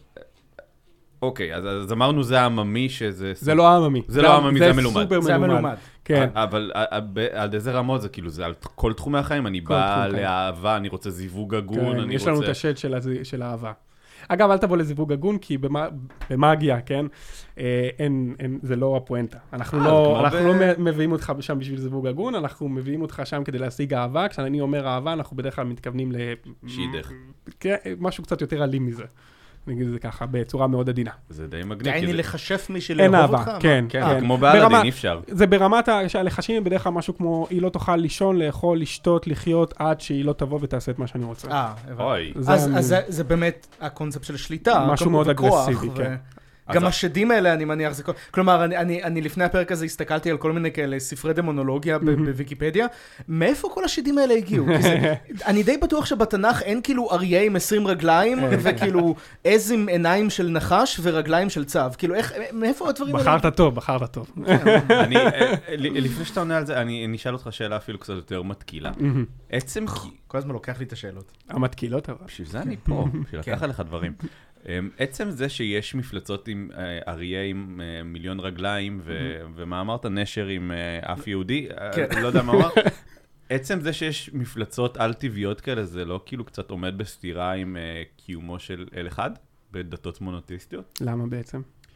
אוקיי, אז, אז אמרנו זה העממי שזה... זה לא העממי. זה לא העממי, זה המלומד. זה סופר זה מלומד. המלומד. כן. אבל על איזה רמות זה כאילו, זה על כל תחומי החיים, אני בא תחום, כן. לאהבה, אני רוצה זיווג הגון, כן, אני יש רוצה... לנו את השד של, הז... של האהבה. אגב, אל תבוא לזיווג הגון, כי במ... במאגיה, כן, אה, אין, אין, זה לא הפואנטה. אנחנו אה, לא, כמו אנחנו ב- לא מביאים אותך שם בשביל זיווג הגון, אנחנו מביאים אותך שם כדי להשיג אהבה. כשאני אומר אהבה, אנחנו בדרך כלל מתכוונים ל... שידך. כן, משהו קצת יותר אלים מזה. אני אגיד את זה ככה, בצורה מאוד עדינה. זה די מגניב. יעני כי זה- לחשף מי אין שלאהוב אהבה, אותך? כן, כן, כן. זה כמו באלאדין, ברמה- אי אפשר. זה ברמת ה- שהלחשים הם בדרך כלל משהו כמו, היא לא תוכל לישון, לאכול, לשתות, לחיות, עד שהיא לא תבוא ותעשה את מה שאני רוצה. אה, הבנתי. אוי. זה אז אני- אז זה- זה באמת הקונספט של שליטה. משהו כמו מאוד בכוח, אגרסיבי, ו- כן. גם אז- השדים האלה, אני מניח, זה כל... כלומר, אני, אני, אני לפני הפרק הזה הסתכלתי על כל מיני כאלה ספרי דמונולוגיה ב- בוויקיפדיה, מאיפה כל השדים האלה הגיעו? כי זה, אני די בטוח שבתנ"ך אין כאילו אריה עם עשרים רגליים, וכאילו עז עם עיניים של נחש ורגליים של צב. כאילו, איך, מאיפה הדברים האלה? בחרת טוב, בחרת טוב. אני, אה, ל- לפני שאתה עונה על זה, אני אני אשאל אותך שאלה אפילו קצת יותר מתקילה. עצם... כל הזמן לוקח לי את השאלות. המתקילות אבל. בשביל זה אני פה, בשביל לקחת לך דברים. אמ, עצם זה שיש מפלצות עם אה, אריה עם אה, מיליון רגליים, ו- ומה אמרת? נשר עם אה, אף יהודי? כן. אה, לא יודע מה אמרת. עצם זה שיש מפלצות על-טבעיות כאלה, זה לא כאילו קצת עומד בסתירה עם אה, קיומו של אל אחד, בדתות מונותיסטיות? למה בעצם?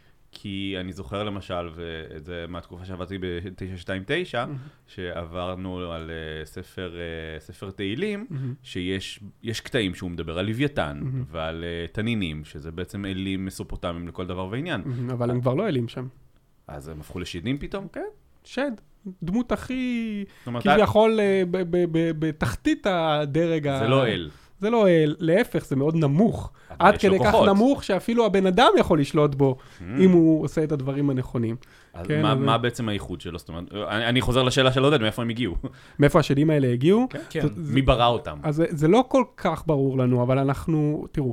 כי אני זוכר למשל, ואת זה מהתקופה שעבדתי ב-תשע שתיים תשע, שעברנו על uh, ספר, uh, ספר תהילים, שיש יש קטעים שהוא מדבר על לוויתן, ועל uh, תנינים, שזה בעצם אלים מסופוטמיים לכל דבר ועניין. אבל הם כבר לא אלים שם. אז הם הפכו לשדים פתאום? כן, שד. דמות הכי, זאת אומרת, כביכול אה, ב- ב- ב- בתחתית הדרג. ה- זה לא אל. זה לא אל, להפך, זה מאוד נמוך. אבל עד יש לו כדי כך כוחות. נמוך שאפילו הבן אדם יכול לשלוט בו, אם הוא עושה את הדברים הנכונים. אז כן, מה, אז- מה בעצם הייחוד שלו? זאת אומרת, אני, אני חוזר לשאלה של עודד, מאיפה הם הגיעו? מאיפה השדים האלה הגיעו? כן. זאת- זה- מי ברא אותם? אז זה, זה לא כל כך ברור לנו, אבל אנחנו, תראו,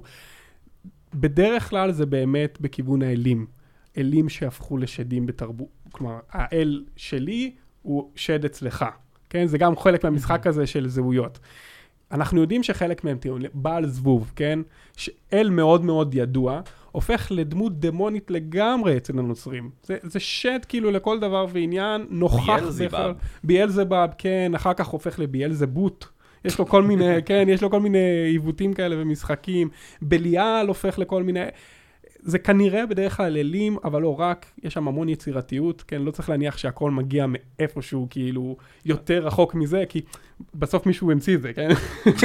בדרך כלל זה באמת בכיוון האלים. אלים שהפכו לשדים בתרבות. כלומר, האל שלי הוא שד אצלך. כן? זה גם חלק מהמשחק הזה של זהויות. אנחנו יודעים שחלק מהם, תראו, בעל זבוב, כן? שאל מאוד מאוד ידוע, הופך לדמות דמונית לגמרי אצל הנוצרים. זה, זה שד כאילו לכל דבר ועניין, נוכח. ביאלזבב. בכלל. ביאלזבב, כן, אחר כך הופך לביאלזבוט. יש לו כל מיני, כן, יש לו כל מיני עיוותים כאלה ומשחקים. בליעל הופך לכל מיני... זה כנראה בדרך כלל אלים, אבל לא רק, יש שם המון יצירתיות, כן, לא צריך להניח שהכל מגיע מאיפשהו, כאילו, יותר רחוק מזה, כי בסוף מישהו המציא את זה, כן?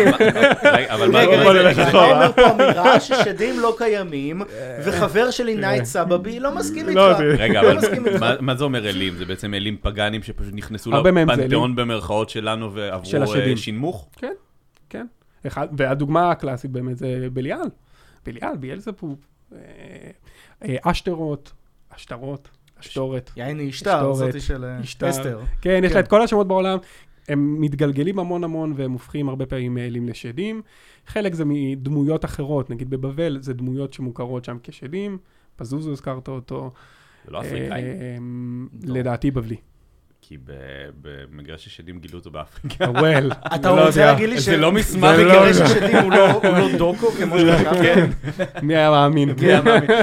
רגע, אבל מה... רגע, בוא רגע, נלך רגע, אחורה. אתה אומר פה אמירה ששדים לא קיימים, וחבר שלי נייט סבבי לא מסכים לא, איתך. תראה. רגע, לא אבל מסכים איתך. מה- מה זה אומר אלים? זה בעצם אלים פגאנים שפשוט נכנסו הרבה מהם זה לפנתיאון במרכאות שלנו של ועברו השדים. אה, שינמוך? כן, כן. אחד, והדוגמה הקלאסית באמת זה בליעל. בליעל, ביאלזבוב, אה, אה, אשטרות, אשטרות, אשטורת. יעני אשתר, אשתורת, זאתי של אה, אשתר. אסתר. כן, יש כן. לה את כל השמות בעולם. הם מתגלגלים המון המון והם הופכים הרבה פעמים אלים לשדים. חלק זה מדמויות אחרות, נגיד בבבל זה דמויות שמוכרות שם כשדים. פזוזו הזכרת אותו. זה לא אפריקאי. אה, לדעתי בבלי. כי ב- במגרש השדים גילו אותו באפריקה. הוואל. אתה רוצה להגיד לי זה לא מסמך. זה לא- שמגרש השדים הוא לא- הוא לא דוקו, כמו שחשבתי? מי היה מאמין? כן,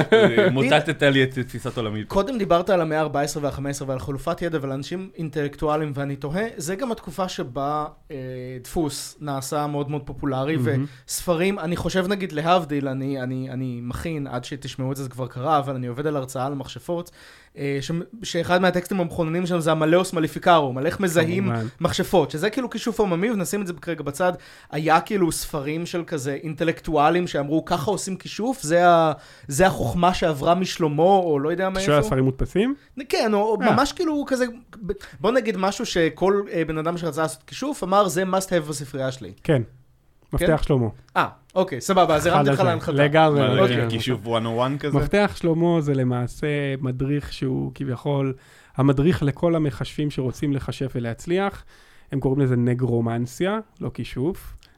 מוטטת לי את תפיסת עולמית. קודם דיברת על המאה ה-ארבע עשרה וה-חמש עשרה ועל חלופת ידע ועל אנשים אינטלקטואלים, ואני תוהה, זה גם התקופה שבה אה, דפוס נעשה מאוד מאוד פופולרי, וספרים, אני חושב נגיד להבדיל, אני, אני, אני מכין, עד שתשמעו את זה, זה כבר קרה, אבל אני עובד על הרצאה על מכשפות, אה, ש, שאחד מהטקסטים המכוננים שם זה המלאוס מליפיקרום, על איך מזהים כמובן. מכשפות, שזה כאילו כישוף עממי, ונשים את זה כרגע בצד, היה כאילו ספרים של כזה אינטלקטואלים שאמרו, ככה עושים כישוף, זה, ה, זה החוכמה שעברה משלמה, או לא יודע מאיפה. שואל הספרים מודפסים? כן, או אה. ממש כאילו כזה, בוא נגיד משהו שכל אה, בן אדם שרצה לעשות כישוף, אמר, זה must have בספרייה שלי. כן. מפתח שלמה. אה, אוקיי, סבבה, אז הרמתי לך אחד להנחתה. לגמרי. מה לגמרי. זה, כישוף מאה ואחת כזה? מפתח שלמה זה למעשה מדריך שהוא כביכול המדריך לכל המחשבים שרוצים לחשב ולהצליח. הם קוראים לזה נגרומנסיה, לא כישוף.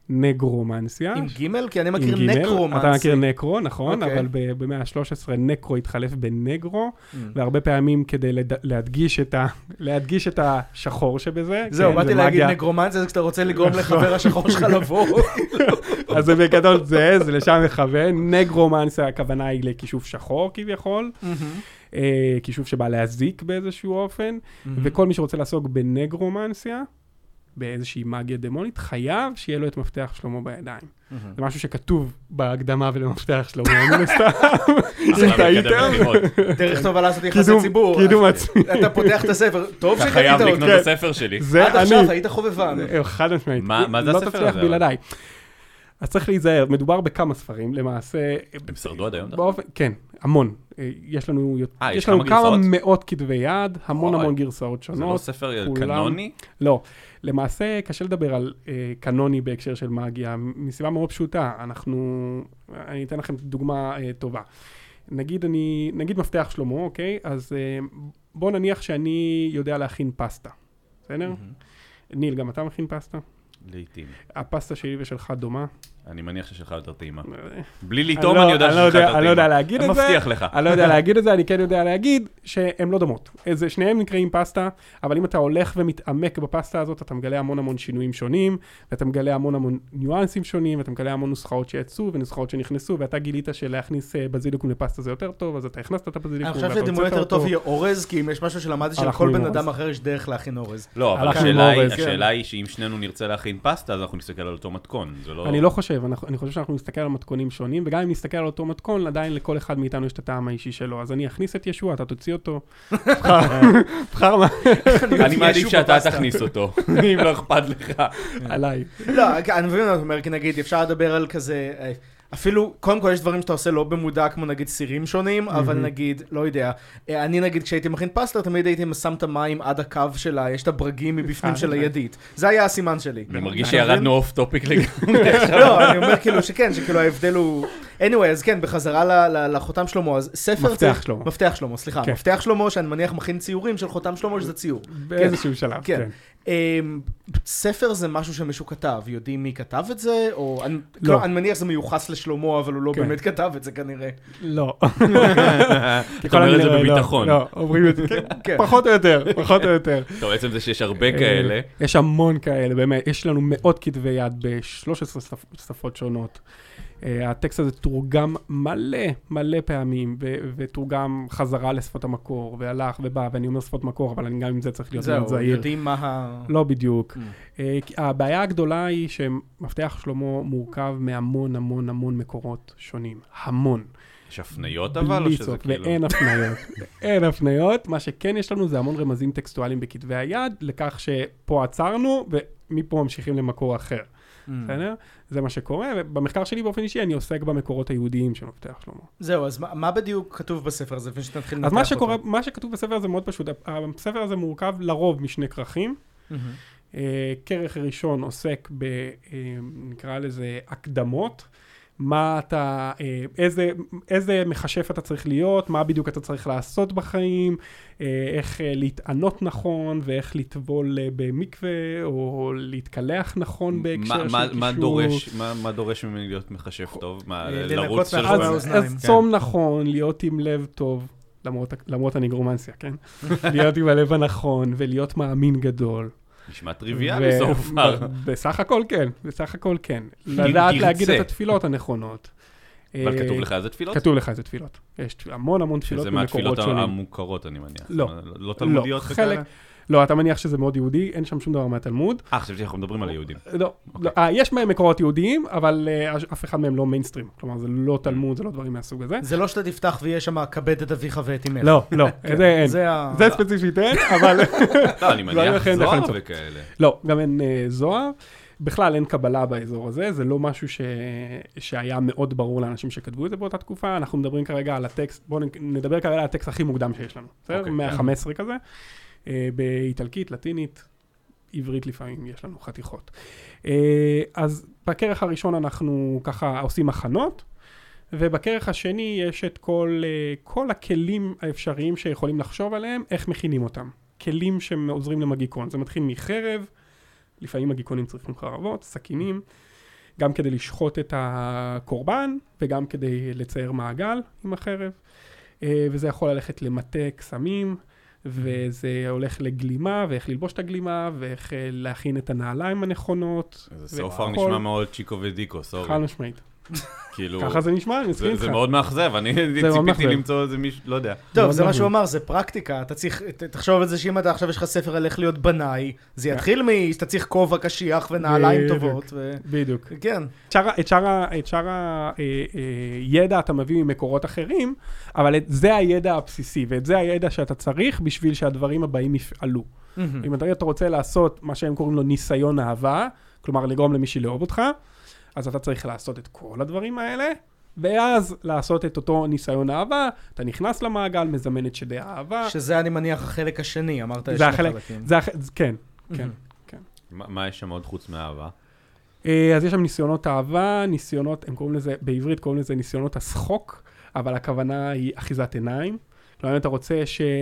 נגרומנסיה. עם גימל? כי אני מכיר עם גימל, נקרומנסיה. אתה מכיר נקרו, נכון, אוקיי. אבל ב- במאה ה-שלוש עשרה נקרו התחלף בנגרו, והרבה פעמים כדי לד- להדגיש את ה- להדגיש את השחור שבזה. זהו, כן, באתי זה להגיד מגיה. נגרומנסיה, זה כשאתה רוצה לגרום לחבר השחור שלך לבוא. אז זה בגדול זה, זה לשם מכוון. נגרומנסיה, הכוונה היא לכישוף שחור כביכול, אה, כישוף שבא להזיק באיזשהו אופן, וכל מי שרוצה לעסוק בנגרומנסיה, באיזושהי מגיה דמונית, חייב שיהיה לו את מפתח שלמה בידיים. זה משהו שכתוב בהקדמה ולמפתח שלמה, אני מסתם. אם טעיתם, דרך טובה לעשות יחסי קידום- ציבור. קידום עצמי. אתה פותח את הספר, טוב אתה שקנית חייב אותו. לקנות את הספר שלי. זה עד עכשיו אני. היית חובבן. חד משמעית. מה- מה זה לא הספר תצליח הזה, בלעדיי. אז צריך להיזהר, מדובר בכמה ספרים, למעשה... הם שרדו עד היום? באופן, כן, המון. אה, יש לנו, אה, יש יש לנו כמה כמה גרסאות? מאות כתבי יד, המון אוי. המון גרסאות זה לא שונות. ספר כולם- קנוני? לא. למעשה, קשה לדבר על אה, קנוני בהקשר של מגיה, מסיבה מאוד פשוטה. אנחנו, אני אתן לכם דוגמה אה, טובה. נגיד אני, נגיד מפתח שלמה, אוקיי? אז אה, בוא נניח שאני יודע להכין פסטה. בסדר? ניל, גם אתה מכין פסטה? לעתים. הפסטה שלי ושלך דומה. אני מניח ששלך יותר טעימה. אה, בלי אני לטעום לא- אני יודע אני לא ששלך יותר יודע- טעימה. אני לא יודע להגיד אני את זה. מבטיח לך. אני לא יודע להגיד את זה, אני כן יודע להגיד שהן לא דומות. איזה, שניהם נקראים פסטה, אבל אם אתה הולך ומתעמק בפסטה הזאת, אתה מגלה המון המון שינויים שונים, ואתה מגלה המון המון ניואנסים שונים, ואתה מגלה המון נוסחאות שיצאו ונוסחאות שנכנסו, ואתה גילית שלהכניס אה, בזיליקום לפסטה זה יותר טוב, אז אתה הכנסת את הבזיליקום. אני חושב ואתה שדימוי הוצאת יותר אותו. טוב יהיה אורז, כי אם יש משהו שלמדתי הלכנו שלכל עם בן אורז. אדם אחר יש דרך להכין אורז. לא, אבל הלכנו עם השאלה היא- אורז, כן. השאלה היא שאם שנינו נרצה להכין פסטה, אז אנחנו נסתכל על אותו מתכון. זה לא... אני לא חושב, אנחנו- אני חושב שאנחנו נסתכל על מתכונים שונים, וגם אם נסתכל על אותו מתכון, עדיין לכל אחד מאיתנו יש את הטעם האישי שלו. אז אני אכניס את ישוע, אתה תוציא אותו. בחר מה, אני מעדיף ישו שאתה בפסטה. תכניס אותו, אם לא אכפת לך. עליי. לא, אני מבין מה אתה אומר, כי נגיד אפשר לדבר על כזה, אה, אפילו, קודם כל יש דברים שאתה עושה לא במודע, כמו נגיד סירים שונים, אבל נגיד, לא יודע, אה, אני נגיד כשהייתי מכין פסטה, תמיד הייתי שם את המים עד הקו שלה, יש את הברגים מבפנים של הידית. זה היה הסימן שלי. אני מרגיש אתה שירדנו מבין? אוף טופיק לגמרי. לא, אני אומר כאילו שכן, שכאילו ההבדל הוא... anyway, אז כן, בחזרה ל- ל- לחותם שלמה, אז ספר מפתח צריך... שלמה. מפתח שלמה, סליחה. כן. מפתח שלמה, שאני מניח מכין ציורים של חותם שלמה, שזה ציור. באיזשהו שלב, כן. כן. אמ, ספר זה משהו שמישהו כתב, יודעים מי כתב את זה? או... אני, לא. כלומר, אני מניח שזה מיוחס לשלמה, אבל הוא לא כן. באמת כתב את זה כנראה. לא. אתה אומר את זה בביטחון. לא, אומרים את זה, כן, כן. פחות או יותר, פחות או יותר. טוב, עצם זה שיש הרבה כאלה. יש המון כאלה, באמת, יש לנו מאות כתבי יד ב-שלוש עשרה שפ- שפות שונות. Uh, הטקסט הזה תורגם מלא, מלא פעמים, ו- ותורגם חזרה לשפות המקור, והלך ובא, ואני אומר שפות מקור, אבל אני גם עם זה צריך להיות מאוד זהו, זהיר. יודעים מה ה... לא בדיוק. Mm. Uh, כי הבעיה הגדולה היא שמפתח שלמה מורכב מהמון המון המון מקורות שונים. המון. יש הפניות אבל, או בלי שזה סוף, כאילו... ואין הפניות. אין הפניות. מה שכן יש לנו זה המון רמזים טקסטואליים בכתבי היד, לכך שפה עצרנו, ומפה ממשיכים למקור אחר. בסדר? זה מה שקורה, ובמחקר שלי באופן אישי אני עוסק במקורות היהודיים של מפתח שלמה. זהו, אז מה, מה בדיוק כתוב בספר הזה, לפני שנתחיל אז לנתח מה אותו? שקורה, מה שכתוב בספר הזה מאוד פשוט, הספר הזה מורכב לרוב משני כרכים. אה, כרך הראשון עוסק ב, אה, נקרא לזה, הקדמות. מה אתה, אה, איזה, איזה מחשף אתה צריך להיות, מה בדיוק אתה צריך לעשות בחיים, אה, איך אה, להתענות נכון, ואיך לטבול אה, במקווה, או להתקלח נכון בהקשר מה- של מה- קישור. מה דורש- מה- מה דורש ממני להיות מחשב טוב? מה, אה, לרוץ לנקות של מאחורי אז, האוזניים. אז כן. צום נכון, להיות עם לב טוב, למרות, למרות הניגרומנסיה, כן? להיות עם הלב הנכון, ולהיות מאמין גדול. נשמע טריוויאלי, so far. ב- בסך הכל כן, בסך הכל כן. לדעת תרצה. להגיד את התפילות הנכונות. אבל אה, כתוב לך איזה תפילות? כתוב לך איזה תפילות. יש תפ- המון המון תפילות שזה במקורות מהתפילות שונים. המוכרות, אני מניח. לא. לא תלמודיות לא, וכאלה? חלק- לא, אתה מניח שזה מאוד יהודי, אין שם שום דבר מהתלמוד. אה, חשבתי שאנחנו מדברים על היהודים. לא, לא, אה, יש מהם מקורות יהודיים, אבל אה, אף אחד מהם לא מיינסטרים. כלומר, זה לא תלמוד, זה לא דברים מהסוג הזה. זה לא שאתה תפתח ויש שם כבד את אביך ואת אמך. לא, לא, זה אין. זה ה... זה ספציפית אין, אבל... לא, אני דברים מניח אחרים זוהר יכולים וכאלה. לא, גם אין אה, זוהר. בכלל אין קבלה באזור הזה, זה לא משהו ש... שהיה מאוד ברור לאנשים שכתבו את זה באותה תקופה. אנחנו מדברים כרגע על הטקסט, בואו נדבר כרגע על הטקסט הכי מוקדם שיש לנו, בסדר? אוקיי, מאה כן. וחמש עשרה כזה. אה, באיטלקית, לטינית, עברית לפעמים יש לנו חתיכות. אה, אז בכרך הראשון אנחנו ככה עושים הכנות, ובכרך השני יש את כל, אה, כל הכלים האפשריים שיכולים לחשוב עליהם, איך מכינים אותם. כלים שעוזרים למגיקון. זה מתחיל מחרב, לפעמים מגיקונים צריכים חרבות, סכינים, גם כדי לשחוט את הקורבן, וגם כדי לצייר מעגל עם החרב. וזה יכול ללכת למטה קסמים, וזה הולך לגלימה, ואיך ללבוש את הגלימה, ואיך להכין את הנעליים הנכונות. זה סופר נשמע מאוד צ'יקו ודיקו, סורי. חד משמעית. כאילו... ככה זה נשמע, אני מסכים איתך. זה מאוד מאכזב, אני ציפיתי למצוא איזה מישהו, לא יודע. טוב, זה מה שהוא אמר, זה פרקטיקה. אתה צריך, תחשוב על זה שאם אתה עכשיו יש לך ספר על איך להיות בנאי, זה יתחיל מ... אתה צריך כובע קשיח ונעליים טובות. בדיוק. כן. את שאר הידע אתה מביא ממקורות אחרים, אבל זה הידע הבסיסי, ואת זה הידע שאתה צריך בשביל שהדברים הבאים יפעלו. אם אתה רוצה לעשות מה שהם קוראים לו ניסיון אהבה, כלומר לגרום למישהי לאהוב אותך, אז אתה צריך לעשות את כל הדברים האלה, ואז לעשות את אותו ניסיון אהבה, אתה נכנס למעגל, מזמן את שדי האהבה. שזה אני מניח החלק השני, אמרת יש שני חלקים. כן, כן, כן. מה יש שם עוד חוץ מאהבה? אז יש שם ניסיונות אהבה, ניסיונות, הם קוראים לזה, בעברית קוראים לזה ניסיונות השחוק, אבל הכוונה היא אחיזת עיניים. כלומר, אתה רוצה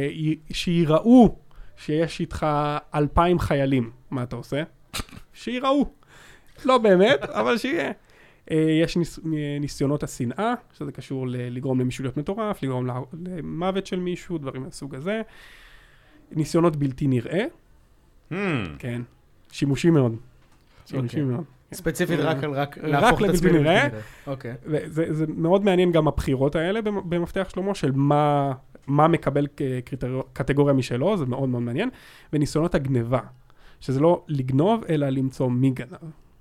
שיראו שיש איתך אלפיים חיילים. מה אתה עושה? שיראו. לא באמת, אבל שיהיה. יש ניס, ניסיונות השנאה, שזה קשור ל- לגרום למישהו להיות מטורף, לגרום למוות של מישהו, דברים מהסוג הזה. ניסיונות בלתי נראה. Hmm. כן. שימושי מאוד. שימושי מאוד. ספציפית רק על רק להפוך את עצמי לבלתי נראה. אוקיי. זה מאוד מעניין גם הבחירות האלה במפתח שלמה, של מה, מה מקבל קטגוריה משלו, זה מאוד מאוד מעניין. וניסיונות הגניבה, שזה לא לגנוב, אלא למצוא מי גנב.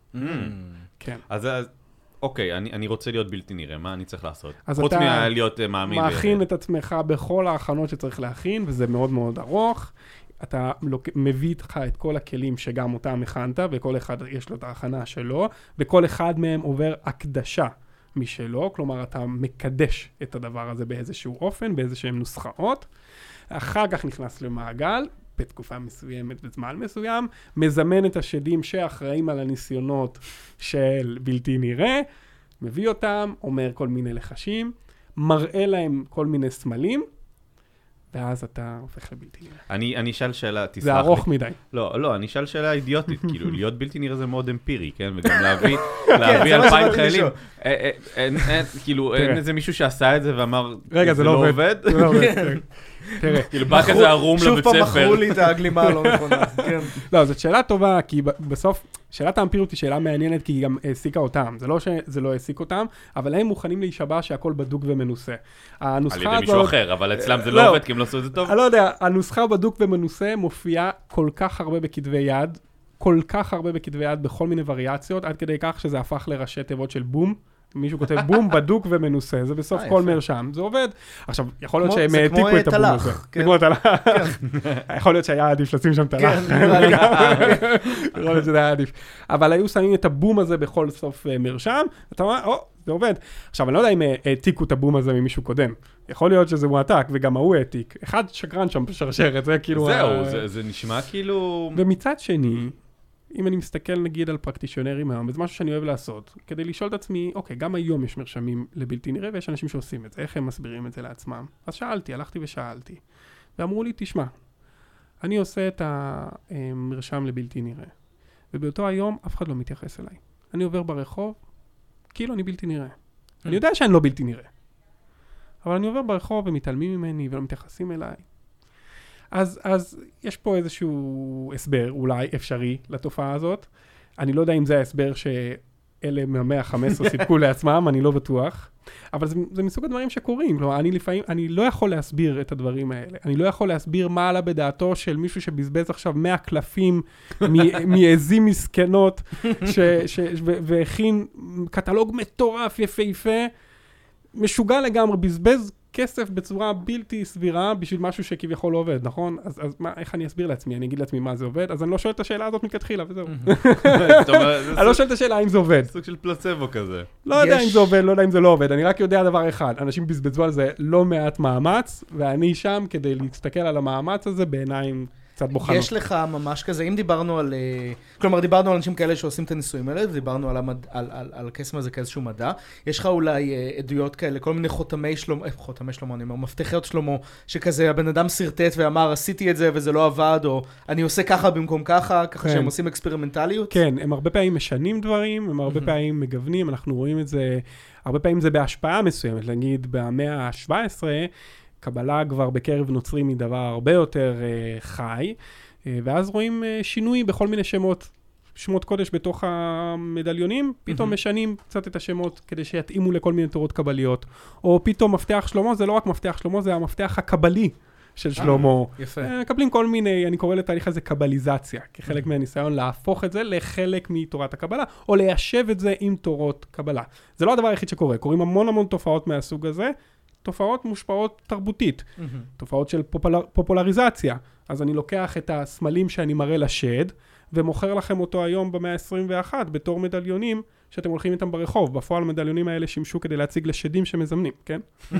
כן. אז אוקיי, אני רוצה להיות בלתי נראה, מה אני צריך לעשות? חוץ מלהיות מאמין. מכין את עצמך בכל ההכנות שצריך להכין, וזה מאוד מאוד ארוך. אתה מביא איתך את כל הכלים שגם אותם הכנת, וכל אחד יש לו את ההכנה שלו, וכל אחד מהם עובר הקדשה משלו, כלומר אתה מקדש את הדבר הזה באיזשהו אופן, באיזשהם נוסחאות. אחר כך נכנס למעגל, בתקופה מסוימת, בזמן מסוים, מזמן את השדים שאחראים על הניסיונות של בלתי נראה, מביא אותם, אומר כל מיני לחשים, מראה להם כל מיני סמלים, ואז אתה הופך לבלתי נראה. אני, אני אשאל שאלה, תסלח לי. זה ארוך מדי. לא, לא, אני אשאל שאלה אידיוטית, כאילו, להיות בלתי נראה זה מאוד אמפירי, כן? וגם להביא, להביא אלפיים חיילים. כאילו, אין איזה מישהו שעשה את זה ואמר, רגע, זה לא עובד. זה לא עובד. תראה, כאילו בא כזה ערום לבית ספר. שוב פעם מכרו לי את הגלימה הלא נכונה. לא, זאת שאלה טובה, כי בסוף, שאלת האמפיריות היא שאלה מעניינת, כי היא גם העסיקה אותם. זה לא שזה לא העסיק אותם, אבל הם מוכנים להישבע שהכל בדוק ומנוסה. על ידי מישהו אחר, אבל אצלם זה לא עובד, כי הם לא עשו את זה טוב. אני לא יודע, הנוסחה בדוק ומנוסה מופיעה כל כך הרבה בכתבי יד, כל כך הרבה בכתבי יד בכל מיני וריאציות, עד כדי כך שזה הפך לראשי תיבות של בום. מישהו כותב בום, בדוק ומנוסה, זה בסוף כל מרשם, זה עובד. עכשיו, יכול להיות שהם העתיקו את הבום הזה. זה כמו תלך. יכול להיות שהיה עדיף לשים שם תלך. יכול להיות שזה היה עדיף. אבל היו שמים את הבום הזה בכל סוף מרשם, ואתה אומר, או, זה עובד. עכשיו, אני לא יודע אם העתיקו את הבום הזה ממישהו קודם. יכול להיות שזה מועתק, וגם ההוא העתיק. אחד שקרן שם בשרשרת, זה כאילו... זהו, זה נשמע כאילו... ומצד שני, אם אני מסתכל נגיד על פרקטישיונרים היום, זה משהו שאני אוהב לעשות, כדי לשאול את עצמי, אוקיי, גם היום יש מרשמים לבלתי נראה, ויש אנשים שעושים את זה, איך הם מסבירים את זה לעצמם? אז שאלתי, הלכתי ושאלתי, ואמרו לי, תשמע, אני עושה את המרשם לבלתי נראה, ובאותו היום אף אחד לא מתייחס אליי. אני עובר ברחוב, כאילו אני בלתי נראה. אני יודע שאני לא בלתי נראה, אבל אני עובר ברחוב ומתעלמים ממני ולא מתייחסים אליי. אז, אז יש פה איזשהו הסבר, אולי אפשרי, לתופעה הזאת. אני לא יודע אם זה ההסבר שאלה מהמאה ה-חמש עשרה סיפקו לעצמם, אני לא בטוח. אבל זה, זה מסוג הדברים שקורים. כלומר, אני לפעמים, אני לא יכול להסביר את הדברים האלה. אני לא יכול להסביר מה עלה בדעתו של מישהו שבזבז עכשיו מאה קלפים מעזים מסכנות, ש, ש, ו, והכין קטלוג מטורף, יפהפה, משוגע לגמרי, בזבז כסף בצורה בלתי סבירה בשביל משהו שכביכול לא עובד, נכון? אז, אז מה, איך אני אסביר לעצמי? אני אגיד לעצמי מה זה עובד? אז אני לא שואל את השאלה הזאת מכתחילה, וזהו. אני לא שואל את השאלה אם זה עובד. סוג של פלצבו כזה. לא יודע אם זה עובד, לא יודע אם זה לא עובד. אני רק יודע דבר אחד. אנשים בזבזו על זה לא מעט מאמץ, ואני שם כדי להסתכל על המאמץ הזה בעיניים קצת בוחנות. יש לך ממש כזה, אם דיברנו על, כלומר, דיברנו על אנשים כאלה שעושים את הניסויים האלה, ודיברנו על, המד, על, על, על הקסם הזה כאיזשהו מדע, יש לך אולי עדויות כאלה, כל מיני חותמי שלמה, חותמי שלמה, אני אומר, מפתחיות שלמה, שכזה הבן אדם סרטט ואמר, עשיתי את זה וזה לא עבד, או אני עושה ככה במקום ככה, ככה שהם עושים אקספרימנטליות. כן, הם הרבה פעמים משנים דברים, הם הרבה פעמים מגוונים, אנחנו רואים את זה, הרבה פעמים זה בהשפעה מסוימת, נגיד במאה ה-שבע עשרה, קבלה כבר בקרב נוצרים היא דבר הרבה יותר uh, חי, uh, ואז רואים uh, שינוי בכל מיני שמות, שמות קודש בתוך המדליונים, פתאום mm-hmm. משנים קצת את השמות כדי שיתאימו לכל מיני תורות קבליות, או פתאום מפתח שלמה, זה לא רק מפתח שלמה, זה המפתח הקבלי של שלמה. יפה. Uh, מקבלים כל מיני, אני קורא לתהליך הזה קבליזציה, כחלק mm-hmm. מהניסיון להפוך את זה לחלק מתורת הקבלה, או ליישב את זה עם תורות קבלה. זה לא הדבר היחיד שקורה, קוראים המון המון תופעות מהסוג הזה, תופעות מושפעות תרבותית, mm-hmm. תופעות של פופולר, פופולריזציה. אז אני לוקח את הסמלים שאני מראה לשד, ומוכר לכם אותו היום במאה ה-עשרים ואחת בתור מדליונים שאתם הולכים איתם ברחוב. בפועל המדליונים האלה שימשו כדי להציג לשדים שמזמנים, כן?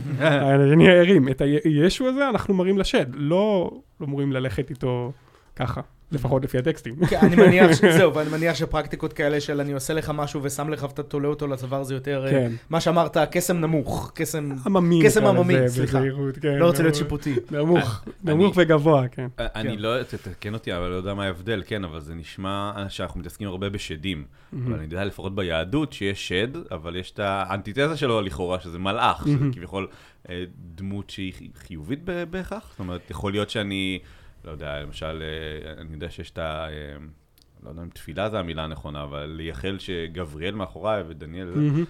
אני אערים, את הישו הזה אנחנו מראים לשד, לא אמורים ללכת איתו ככה. לפחות לפי הטקסטים. אני מניח שזהו, ואני מניח שפרקטיקות כאלה של אני עושה לך משהו ושם לך ואתה תולה אותו לצוואר זה יותר, מה שאמרת, קסם נמוך, קסם עממי, סליחה. לא רוצה להיות שיפוטי. נמוך, נמוך וגבוה, כן. אני לא, תתקן אותי, אבל לא יודע מה ההבדל, כן, אבל זה נשמע שאנחנו מתעסקים הרבה בשדים. אבל אני יודע לפחות ביהדות שיש שד, אבל יש את האנטיתזה שלו לכאורה, שזה מלאך, שזה כביכול דמות שהיא חיובית בהכרח. זאת אומרת, יכול להיות שאני לא יודע, למשל, אני יודע שיש את ה... לא יודע אם תפילה זה המילה הנכונה, אבל לייחל שגבריאל מאחוריי ודניאל,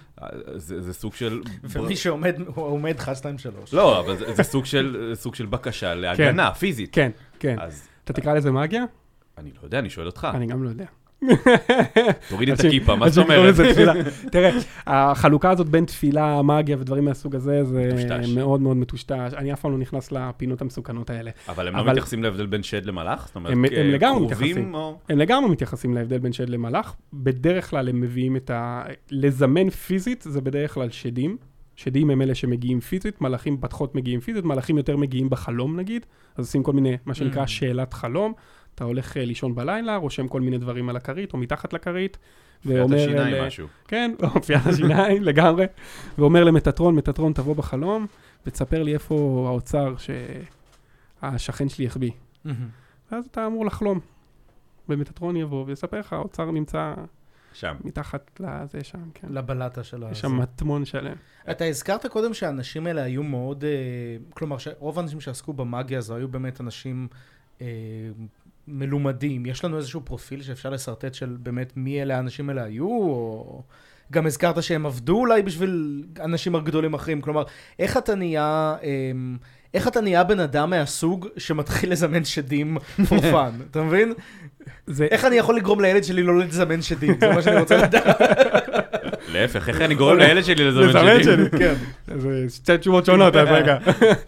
זה סוג של... ומי שעומד, הוא עומד אחד, שתיים, שלוש. לא, אבל זה סוג של בקשה להגנה, פיזית. כן, כן. אתה תקרא לזה מגיה? אני לא יודע, אני שואל אותך. אני גם לא יודע. תוריד את הכיפה, מה זאת אומרת? תראה, החלוקה הזאת בין תפילה, מגיה ודברים מהסוג הזה, זה מאוד מאוד מטושטש. אני אף פעם לא נכנס לפינות המסוכנות האלה. אבל הם לא מתייחסים להבדל בין שד למלאך? הם לגמרי מתייחסים. הם לגמרי מתייחסים להבדל בין שד למלאך. בדרך כלל הם מביאים את ה... לזמן פיזית, זה בדרך כלל שדים. שדים הם אלה שמגיעים פיזית, מלאכים פתחות מגיעים פיזית, מלאכים יותר מגיעים בחלום נגיד. אז עושים כל מיני, מה שנקרא שאלת חלום. אתה הולך לישון בלילה, רושם כל מיני דברים על הכרית או מתחת לכרית. פיית השיניים משהו. כן, פיית השיניים לגמרי. ואומר למטטרון, מטטרון תבוא בחלום, ותספר לי איפה האוצר שהשכן שלי יחביא. ואז אתה אמור לחלום. ומטטרון יבוא ויספר לך, האוצר נמצא שם. מתחת לזה שם, כן. לבלטה שלו. יש שם מטמון שלם. אתה הזכרת קודם שהאנשים האלה היו מאוד, כלומר, רוב האנשים שעסקו במאגיה הזו היו באמת אנשים מלומדים. יש לנו איזשהו פרופיל שאפשר לסרטט של באמת מי אלה האנשים האלה היו, או גם הזכרת שהם עבדו אולי בשביל אנשים גדולים אחרים. כלומר, איך אתה נהיה, איך אתה נהיה בן אדם מהסוג שמתחיל לזמן שדים for fun, אתה מבין? איך אני יכול לגרום לילד שלי לא לזמן שדים? זה מה שאני רוצה לדעת. להפך, איך אני גורם לילד שלי לזמן שדים? כן. זה שתי תשובות שונות, אז רגע.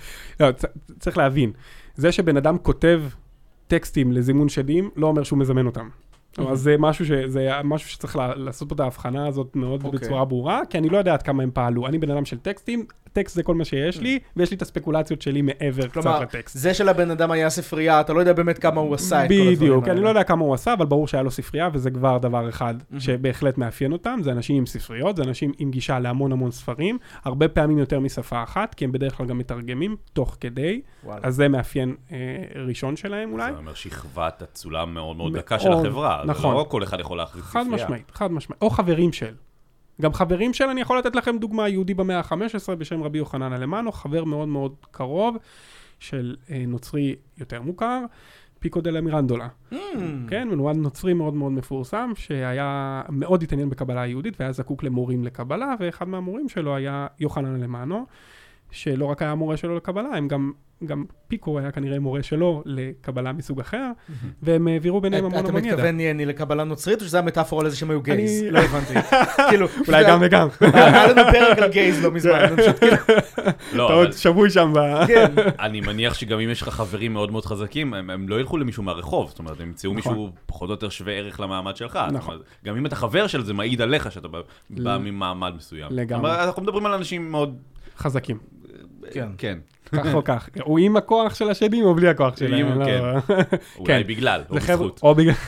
צריך להבין. זה שבן אדם כותב טקסטים לזימון שדים, לא אומר שהוא מזמן אותם. אז זה משהו שזה משהו שצריך לעשות פה את ההבחנה הזאת מאוד בצורה ברורה, כי אני לא יודע עד כמה הם פעלו. אני בן אדם של טקסטים, טקסט זה כל מה שיש לי, ויש לי את הספקולציות שלי מעבר קצת לטקסט. זה של הבן אדם היה ספרייה, אתה לא יודע באמת כמה הוא עשה את כל הדברים האלה. בדיוק, אני לא יודע כמה הוא עשה, אבל ברור שהיה לו ספרייה, וזה כבר דבר אחד שבהחלט מאפיין אותם. זה אנשים עם ספריות, זה אנשים עם גישה להמון המון ספרים, הרבה פעמים יותר משפה אחת, כי הם בדרך כלל גם מתרגמים תוך כדי, אז זה מאפיין ראשון שלהם אולי. זה אומר שכבת הצולה מאוד מאוד דקה של החברה. נכון. לא כל אחד יכול להחזיק ספרייה. חד משמעית, חד משמעית. או חברים של. גם חברים של, אני יכול לתת לכם דוגמה, יהודי במאה ה-חמש עשרה בשם רבי יוחנן אלמנו, חבר מאוד מאוד קרוב של אה, נוצרי יותר מוכר, פיקו דלה מירנדולה. Mm. כן, מנועד נוצרי מאוד מאוד מפורסם, שהיה מאוד התעניין בקבלה היהודית, והיה זקוק למורים לקבלה, ואחד מהמורים שלו היה יוחנן אלמנו, שלא רק היה מורה שלו לקבלה, הם גם, גם פיקו היה כנראה מורה שלו לקבלה מסוג אחר, והם העבירו ביניהם המון המון ידע. אתה מתכוון יני לקבלה נוצרית, או שזה המטאפורה על איזה שהם היו גייז? לא הבנתי. אולי גם וגם. היה לנו פרק על גייז לא מזמן. אתה עוד שבוי שם. אני מניח שגם אם יש לך חברים מאוד מאוד חזקים, הם לא ילכו למישהו מהרחוב, זאת אומרת, הם ימצאו מישהו פחות או יותר שווה ערך למעמד שלך. גם אם אתה חבר של זה, מעיד עליך שאתה בא ממעמד מסוים. לגמרי. אנחנו מדברים על אנשים מאוד חזקים. כן. כן. כך או כך. הוא עם הכוח של השדים או בלי הכוח שלהם? כן. לא. אולי בגלל, או זה חבר'ה- בזכות. או בגלל...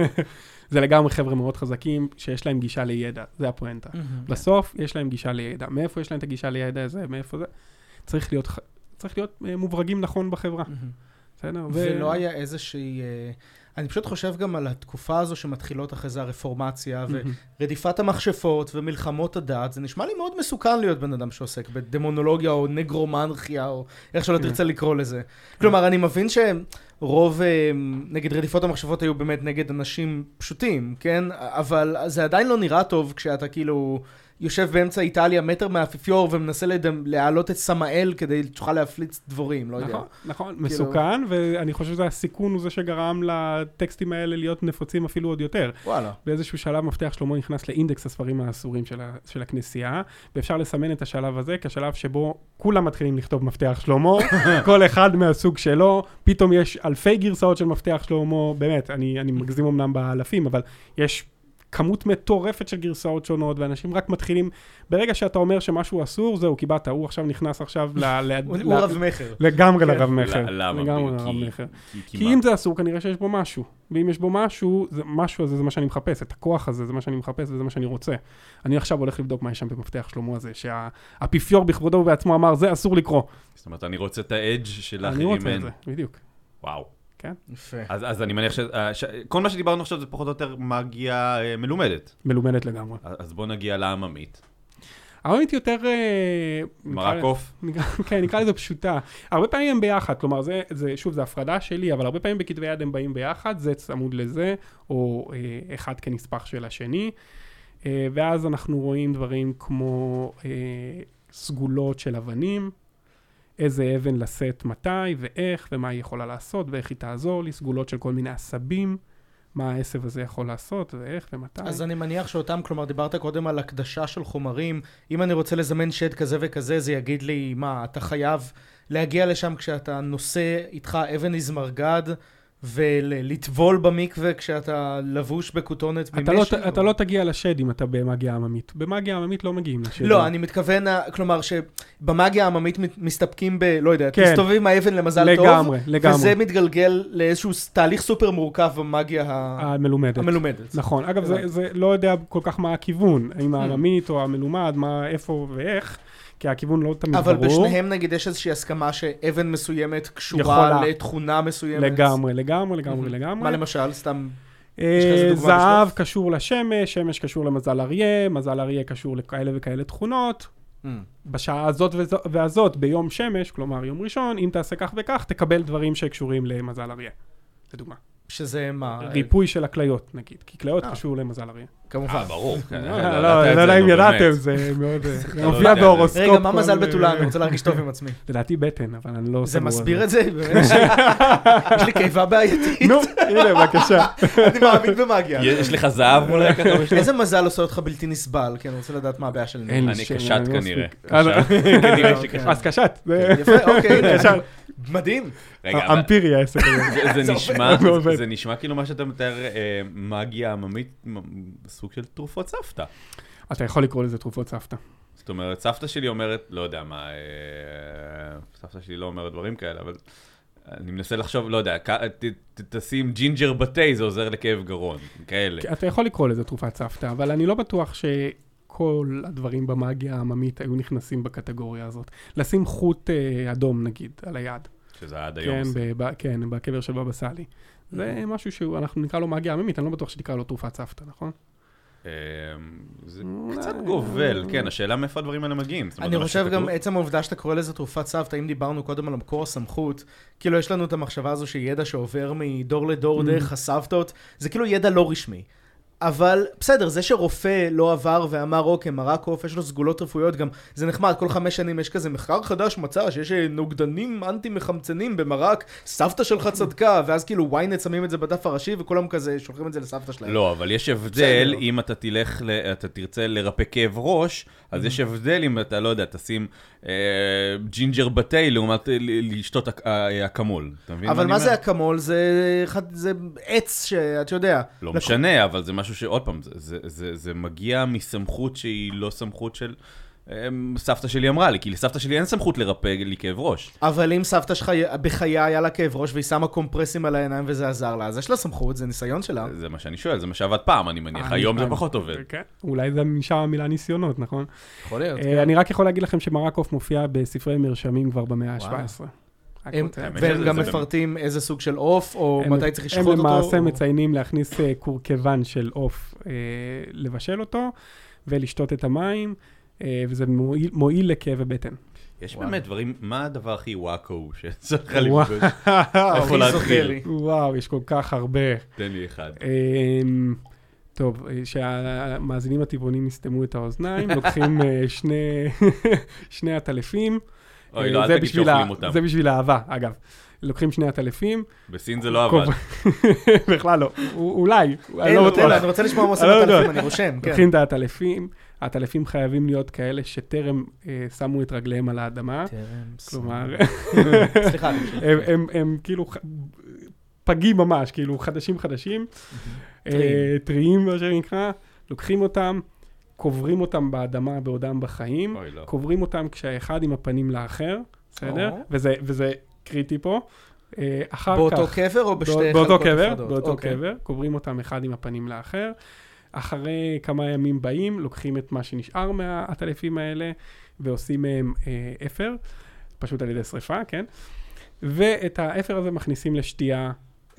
זה לגמרי חבר'ה מאוד חזקים, שיש להם גישה לידע, זה הפואנטה. בסוף יש להם גישה לידע. מאיפה יש להם את הגישה לידע הזה? מאיפה זה? צריך להיות, ח- צריך להיות אה, מוברגים נכון בחברה. בסדר? ו- ולא היה איזושהי... אה, אני פשוט חושב גם על התקופה הזו שמתחילות אחרי זה הרפורמציה, ורדיפת המכשפות ומלחמות הדת. זה נשמע לי מאוד מסוכן להיות בן אדם שעוסק בדמונולוגיה או נגרומנחיה, או איך שלא תרצה לקרוא לזה. כלומר, אני מבין שרוב, אה, נגד רדיפות המכשפות היו באמת נגד אנשים פשוטים, כן? אבל זה עדיין לא נראה טוב כשאתה כאילו... יושב באמצע איטליה, מטר מהאפיפיור, ומנסה לדם, להעלות את סמאל כדי שתוכל להפליץ דבורים, לא יודע. נכון, נכון, מסוכן, ואני חושב שזה הסיכון הוא זה שגרם לטקסטים האלה להיות נפוצים אפילו עוד יותר. וואלה. באיזשהו שלב מפתח שלמה נכנס לאינדקס הספרים האסורים של, ה- של הכנסייה, ואפשר לסמן את השלב הזה כשלב שבו כולם מתחילים לכתוב מפתח שלמה, כל אחד מהסוג שלו, פתאום יש אלפי גרסאות של מפתח שלמה, באמת, אני, אני מגזים אמנם באלפים, אבל יש... כמות מטורפת של גרסאות שונות, ואנשים רק מתחילים, ברגע שאתה אומר שמשהו אסור, זהו, קיבלת, הוא עכשיו נכנס עכשיו ל... הוא רב מחר. לגמרי לרב מחר. למה? לגמרי לרב מחר. כי אם זה אסור, כנראה שיש בו משהו. ואם יש בו משהו, משהו הזה זה מה שאני מחפש, את הכוח הזה זה מה שאני מחפש וזה מה שאני רוצה. אני עכשיו הולך לבדוק מה יש שם במפתח שלמה הזה, שהאפיפיור בכבודו ובעצמו אמר, זה אסור לקרוא. זאת אומרת, אני רוצה את האדג' של אני האחרים רוצה אין. את זה, בדיוק. וואו. כן? יפה. אז, אז אני מניח ש... ש... כל מה שדיברנו עכשיו זה פחות או יותר מגיה אה, מלומדת. מלומדת לגמרי. אז בוא נגיע לעממית. העממית יותר... אה, מרק נקרא- עוף. נקרא- כן, נקרא לזה פשוטה. הרבה פעמים הם ביחד, כלומר, זה, זה, שוב, זה הפרדה שלי, אבל הרבה פעמים בכתבי יד הם באים ביחד, זה צמוד לזה, או אה, אחד כנספח של השני, אה, ואז אנחנו רואים דברים כמו אה, סגולות של אבנים, איזה אבן לשאת מתי ואיך, ומה היא יכולה לעשות, ואיך היא תעזור לי, סגולות של כל מיני עשבים, מה העשב הזה יכול לעשות, ואיך ומתי. אז אני מניח שאותם, כלומר, דיברת קודם על הקדשה של חומרים, אם אני רוצה לזמן שד כזה וכזה, זה יגיד לי, מה, אתה חייב להגיע לשם כשאתה נושא איתך אבן איזמרגד, ולטבול במקווה כשאתה לבוש בכותונת אתה לא, ממשי? אתה לא תגיע לשד אם אתה במאגיה עממית. במאגיה עממית לא מגיעים לשד. לא, אני מתכוון, כלומר, שבמאגיה העממית מסתפקים ב, לא יודע, כן. תסתובב עם האבן למזל לגמרי, טוב, לגמרי. וזה מתגלגל לאיזשהו תהליך סופר מורכב במאגיה ה- המלומדת. המלומדת. נכון. אגב, זה, זה לא יודע כל כך מה הכיוון, האם העממית או המלומד, מה, איפה ואיך, כי הכיוון לא תמיד אבל ברור. בשניהם נגיד יש איזושהי הסכמה שאבן מסוימת קשורה יכולה. לתכונה מסוימת. לגמרי, לגמרי, לגמרי, לגמרי. מה למשל? סתם... אה, יש לך איזה דוגמה זהב בשלוף? קשור לשמש, שמש קשור למזל אריה, מזל אריה קשור לכאלה וכאלה תכונות. Mm. בשעה הזאת וזו- והזאת, ביום שמש, כלומר יום ראשון, אם תעשה כך וכך, תקבל דברים שקשורים למזל אריה. זה דוגמה. שזה מה? ריפוי של הכליות, נגיד, כי כליות אה. קשור למזל אריה. כמובן. אה, ברור. לא, לא לא, ידעת את לא יודע זה, אם נו, ידעתם, באמת. זה מאוד... זה לא מופיע יודע. בהורוסקופ. רגע, מה כל- מזל בתולה? אני רוצה להרגיש טוב עם עצמי. לדעתי בטן, אבל אני לא... זה סגור על מסביר את זה? באמת? יש לי קיבה בעייתית. נו, הנה, בבקשה. אני מאמין במאגיה. יש לך זהב אולי ככה? איזה מזל עושה אותך בלתי נסבל? כי אני רוצה לדעת מה הבעיה של אין ניל. לי אני שם, קשת אני לא כנראה. מספיק. אה, לא. כנראה אוקיי. שקשת. אז קשת. זה יפה, אוקיי. הנה, קשת. מדהים. רגע, אבל אמפירי העסק הזה. זה- זה זה נשמע, עובד. זה עובד. זה נשמע כאילו מה שאתה מתאר אה, מגיה עממית, מ- סוג של תרופות סבתא. אתה יכול לקרוא לזה תרופות סבתא. זאת אומרת, סבתא שלי אומרת, לא יודע מה, אה, סבתא שלי לא אומרת דברים כאלה, אבל אני מנסה לחשוב, לא יודע, כ- ת- ת- תשים ג'ינג'ר בתה, זה עוזר לכאב גרון, כאלה. אתה יכול לקרוא לזה תרופת סבתא, אבל אני לא בטוח שכל הדברים במאגיה העממית היו נכנסים בקטגוריה הזאת. לשים חוט אה, אדום, נגיד, על היד. שזה עד היום כן, עושה. ב- ב- כן, בקבר של בבא סאלי. זה משהו שאנחנו נקרא לו מאגיה עממית, אני לא בטוח שנקרא לו תרופת סבתא, נכון? אה, זה אולי- קצת גובל, כן, השאלה מאיפה הדברים האלה מגיעים. זאת אומרת, אני מה חושב שכתוב- גם עצם העובדה שאתה קורא לזה תרופת סבתא, אם דיברנו קודם על מקור הסמכות, כאילו יש לנו את המחשבה הזו שידע שעובר מדור לדור דרך הסבתות, זה כאילו ידע לא רשמי. אבל בסדר, זה שרופא לא עבר ואמר, אוקיי, מרק עוף, יש לו סגולות רפואיות, גם זה נחמד, כל חמש שנים יש כזה מחקר חדש מצא שיש נוגדנים אנטי-מחמצנים במרק, סבתא שלך צדקה, ואז כאילו וויינט שמים את זה בדף הראשי, וכולם כזה שולחים את זה לסבתא שלהם. לא, אבל יש הבדל, בסדר. אם אתה תלך, ל- אתה תרצה לרפא כאב ראש, אז יש הבדל אם אתה, לא יודע, תשים אה, ג'ינג'ר בתה, לעומת ל- לשתות אק- אה, אקמול. אתה מבין אבל אני מה זה אומר? אקמול? זה אחד- זה עץ שאת יודע. לא לקו- משנה, אבל זה משהו שעוד פעם, זה, זה, זה, זה מגיע מסמכות שהיא לא סמכות של, סבתא שלי אמרה לי, כי לסבתא שלי אין סמכות לרפא לי כאב ראש. אבל אם סבתא שלך בחיי היה לה כאב ראש והיא שמה קומפרסים על העיניים וזה עזר לה, אז יש לה סמכות, זה ניסיון שלה. זה מה שאני שואל, זה מה שעבד פעם, אני מניח. היום זה פחות עובד. אולי זה משם המילה ניסיונות, נכון? יכול להיות. אני רק יכול להגיד לכם שמרקוף מופיע בספרי מרשמים כבר במאה ה-שבע עשרה. והם גם מפרטים איזה סוג של עוף, או מתי צריך לשחוט אותו. הם למעשה מציינים להכניס קורקבן של עוף, לבשל אותו, ולשתות את המים, וזה מועיל לכאב הבטן. יש באמת דברים, מה הדבר הכי וואקו שצריך לפגוש? איפה להתחיל? וואו, יש כל כך הרבה. תן לי אחד. טוב, שהמאזינים הטבעונים יסתמו את האוזניים, לוקחים שני הטלפים. אוי, לא, אל תגיד שאוכלים אותם. זה בשביל האהבה, אגב. לוקחים שני הטלפים. בסין זה לא עבד. בכלל לא, אולי. אני רוצה לשמוע מה עושים הטלפים, אני רושם. לוקחים את הטלפים, הטלפים חייבים להיות כאלה שטרם שמו את רגליהם על האדמה. טרם. כלומר, סליחה. הם כאילו פגים ממש, כאילו חדשים חדשים. טריים, מה שנקרא. לוקחים אותם. קוברים אותם באדמה בעודם בחיים, לא. קוברים אותם כשהאחד עם הפנים לאחר, בסדר? וזה, וזה קריטי פה. אחר באותו כך, קבר או בשתי בא, באותו חלקות קבר, הפרדות? באותו אוקיי. קבר, קוברים אותם אחד עם הפנים לאחר. אחרי כמה ימים באים, לוקחים את מה שנשאר מהעטלפים האלה, ועושים מהם אה, אפר, פשוט על ידי שריפה, כן? ואת האפר הזה מכניסים לשתייה,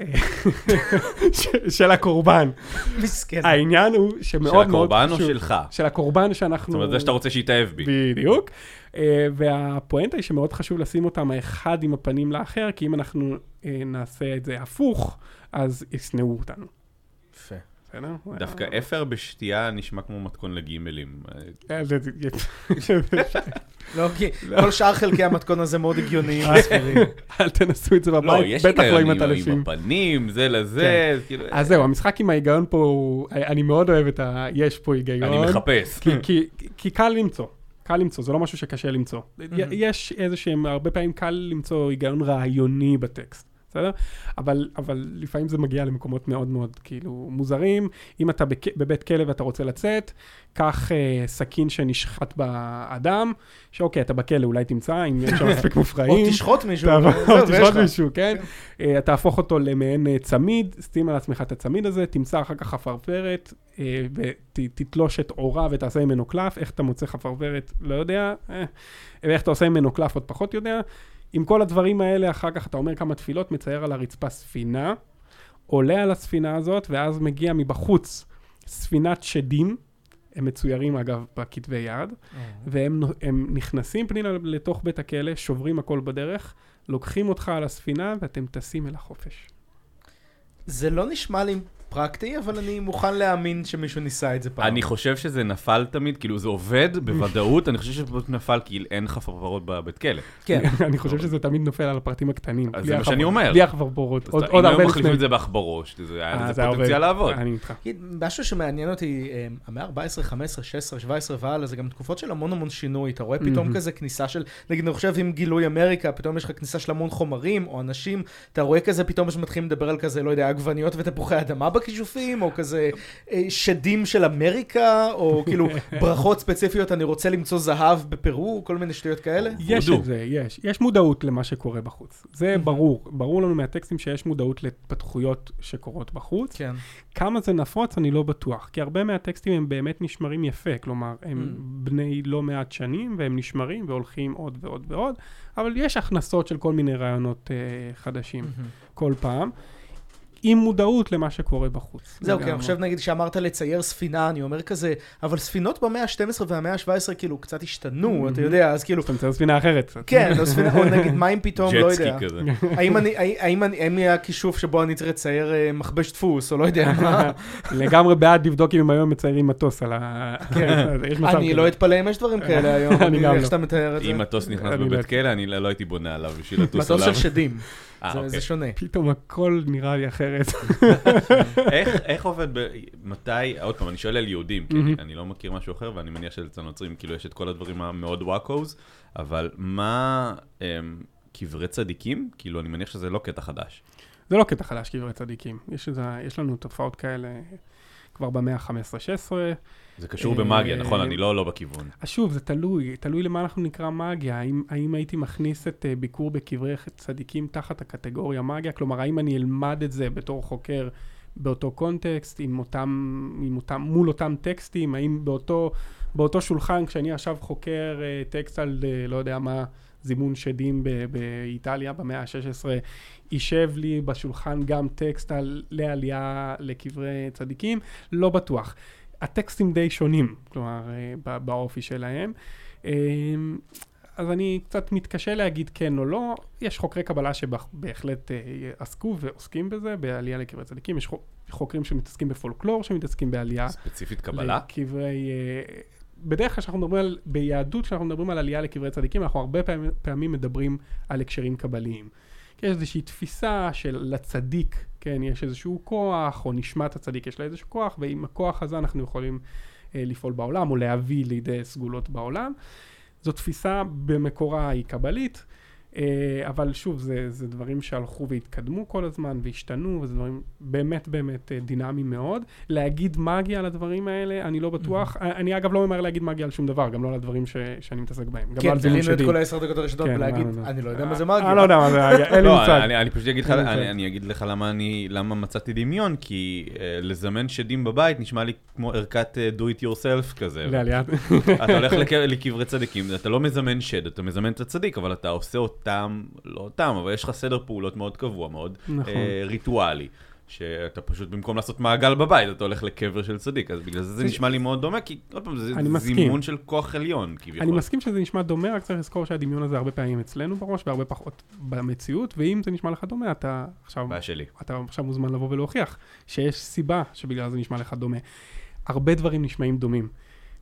של הקורבן. מסכן. העניין הוא שמאוד מאוד... של הקורבן או שלך? של הקורבן שאנחנו... זאת אומרת, זה שאתה רוצה שיתאהב בי. בדיוק. והפואנטה היא שמאוד חשוב לשים אותם האחד עם הפנים לאחר, כי אם אנחנו נעשה את זה הפוך, אז ישנאו אותנו. יפה. דווקא אפר בשתייה נשמע כמו מתכון לגימלים. לא, כי כל שאר חלקי המתכון הזה מאוד הגיוני. אל תנסו את זה בבית, בטח לא עם הטלפים. עם הפנים, זה לזה. אז זהו, המשחק עם ההיגיון פה, אני מאוד אוהב את ה... יש פה היגיון. אני מחפש. כי קל למצוא. קל למצוא, זה לא משהו שקשה למצוא. יש איזה שהם, הרבה פעמים קל למצוא היגיון רעיוני בטקסט. בסדר? אבל, אבל לפעמים זה מגיע למקומות מאוד מאוד כאילו מוזרים. אם אתה בק... בבית כלב ואתה רוצה לצאת, קח אה, סכין שנשחט באדם, שאוקיי, אתה בכלא, אולי תמצא, אם יש שם מספיק מופרעים. או תשחוט מישהו. או תשחוט מישהו, כן. אה, אתה תהפוך אותו למעין אה, צמיד, סתים על עצמך את הצמיד הזה, תמצא אחר כך חפרפרת, אה, ותתלוש את עורה ותעשה ממנו קלף. איך אתה מוצא חפרפרת? לא יודע. אה, ואיך אתה עושה ממנו קלף עוד פחות יודע. עם כל הדברים האלה, אחר כך אתה אומר כמה תפילות, מצייר על הרצפה ספינה, עולה על הספינה הזאת, ואז מגיע מבחוץ ספינת שדים, הם מצוירים אגב בכתבי יד, והם הם נכנסים פנינה לתוך בית הכלא, שוברים הכל בדרך, לוקחים אותך על הספינה, ואתם טסים אל החופש. זה לא נשמע לי פרקטי, אבל אני מוכן להאמין שמישהו ניסה את זה פעם. אני חושב שזה נפל תמיד, כאילו זה עובד בוודאות, אני חושב שזה נפל כי אין חפרפרות בבית כלא. כן. אני חושב שזה תמיד נופל על הפרטים הקטנים. אז זה מה שאני אומר. בלי החפרפרות. אם היו מחליפים את זה באחברוש, זה היה לזה פוטנציאל לעבוד. אני איתך. משהו שמעניין אותי, המאה ה-ארבע עשרה, חמש עשרה, שש עשרה, שבע עשרה והלאה, זה גם תקופות של המון המון שינוי. אתה רואה פתאום כזה כניסה של, נגיד, אני חושב עם גילוי אמריקה, פתאום יש לך כניסה של המון חומרים או אנשים, אתה רואה כזה פתאום שמתחילים לדבר על כזה, לא יודע, עגבניות ותפוחי אדמה בכישופים, או כזה שדים של אמריקה, או כאילו ברכות ספציפיות, אני רוצה למצוא זהב בפרו, כל מיני שטויות כאלה. יש את זה, יש. יש מודעות למה שקורה בחוץ. זה ברור. ברור לנו מהטקסטים שיש מודעות להתפתחויות שקורות בחוץ. כן. כמה זה נפוץ, אני לא בטוח. כי הרבה מהטקסטים הם באמת נשמרים יפה. כלומר, הם בני לא מעט שנים, והם נשמרים והולכים עוד ועוד ועוד. אבל יש הכנסות של כל מיני רעיונות uh, חדשים כל פעם. עם מודעות למה שקורה בחוץ. זהו, כי אני חושב, נגיד, שאמרת לצייר ספינה, אני אומר כזה, אבל ספינות במאה ה-שתים עשרה והמאה ה-שבע עשרה, כאילו, קצת השתנו, אתה יודע, אז כאילו... אתה מצייר ספינה אחרת. כן, או נגיד, מה אם פתאום, לא יודע. ג'טסקי כזה. האם יהיה הכישוף שבו אני צריך לצייר מכבש דפוס, או לא יודע מה. לגמרי בעד לבדוק אם היום מציירים מטוס על ה... אני לא אתפלא אם יש דברים כאלה היום, איך שאתה מתאר את זה. אם מטוס נכנס בבית כלא, אני לא הייתי בונה עליו בשביל לטוס עליו. מטוס של שדים. זה שונה. פתאום הכל נראה לי אחרת. איך עובד, מתי, עוד פעם, אני שואל על יהודים, כי אני לא מכיר משהו אחר, ואני מניח שאצל נוצרים, כאילו יש את כל הדברים המאוד וואקוז, אבל מה, קברי צדיקים? כאילו, אני מניח שזה לא קטע חדש. זה לא קטע חדש, קברי צדיקים. יש לנו תופעות כאלה כבר במאה ה-חמש עשרה שש עשרה. זה קשור במאגיה, נכון? אני לא לא בכיוון. שוב, זה תלוי, תלוי למה אנחנו נקרא מאגיה. האם, האם הייתי מכניס את uh, ביקור בקברי צדיקים תחת הקטגוריה מאגיה? כלומר, האם אני אלמד את זה בתור חוקר באותו קונטקסט, עם אותם, עם אותם, מול אותם טקסטים? האם באותו, באותו שולחן, כשאני עכשיו חוקר uh, טקסט על, uh, לא יודע מה, זימון שדים ב- באיטליה במאה ה-שש עשרה, יישב לי בשולחן גם טקסט על לעלייה לקברי צדיקים? לא בטוח. הטקסטים די שונים, כלומר, באופי שלהם. אז אני קצת מתקשה להגיד כן או לא. יש חוקרי קבלה שבהחלט עסקו ועוסקים בזה, בעלייה לקברי צדיקים. יש חוקרים שמתעסקים בפולקלור, שמתעסקים בעלייה... ספציפית קבלה? לקברי... בדרך כלל שאנחנו מדברים על... ביהדות, כשאנחנו מדברים על עלייה לקברי צדיקים, אנחנו הרבה פעמים, פעמים מדברים על הקשרים קבליים. יש איזושהי תפיסה של לצדיק, כן, יש איזשהו כוח, או נשמת הצדיק יש לה איזשהו כוח, ועם הכוח הזה אנחנו יכולים אה, לפעול בעולם, או להביא לידי סגולות בעולם. זו תפיסה במקורה היא קבלית, אה, אבל שוב, זה, זה דברים שהלכו והתקדמו כל הזמן, והשתנו, וזה דברים באמת באמת אה, דינמיים מאוד. להגיד מאגיה על הדברים האלה, אני לא בטוח. Mm-hmm. אני אגב לא ממהר להגיד מאגיה על שום דבר, גם לא על הדברים ש, שאני מתעסק בהם. כן, תלינו את כל העשר דקות הראשונות ולהגיד, אני לא יודע מה זה מאגיה. אני לא יודע מה זה מאגיה, אין לי מושג. אני פשוט אגיד לך, אני אגיד לך למה מצאתי דמיון, כי לזמן שדים בבית נשמע לי כמו ערכת do it yourself כזה. לעליית. אתה הולך לקברי צדיקים, אתה לא מזמן שד, אתה מזמן את הצדיק, אבל אתה עושה אותם, לא אותם, אבל יש לך סדר פעולות מאוד קבוע, מאוד ריטואלי. שאתה פשוט במקום לעשות מעגל בבית, אתה הולך לקבר של צדיק, אז בגלל זה זה נשמע לי מאוד דומה, כי עוד פעם, זה זימון של כוח עליון, כביכול. אני מסכים שזה נשמע דומה, רק צריך לזכור שהדמיון הזה הרבה פעמים אצלנו בראש, והרבה פחות במציאות, ואם זה נשמע לך דומה, אתה עכשיו, אתה עכשיו מוזמן לבוא ולהוכיח, שיש סיבה שבגלל זה נשמע לך דומה. הרבה דברים נשמעים דומים.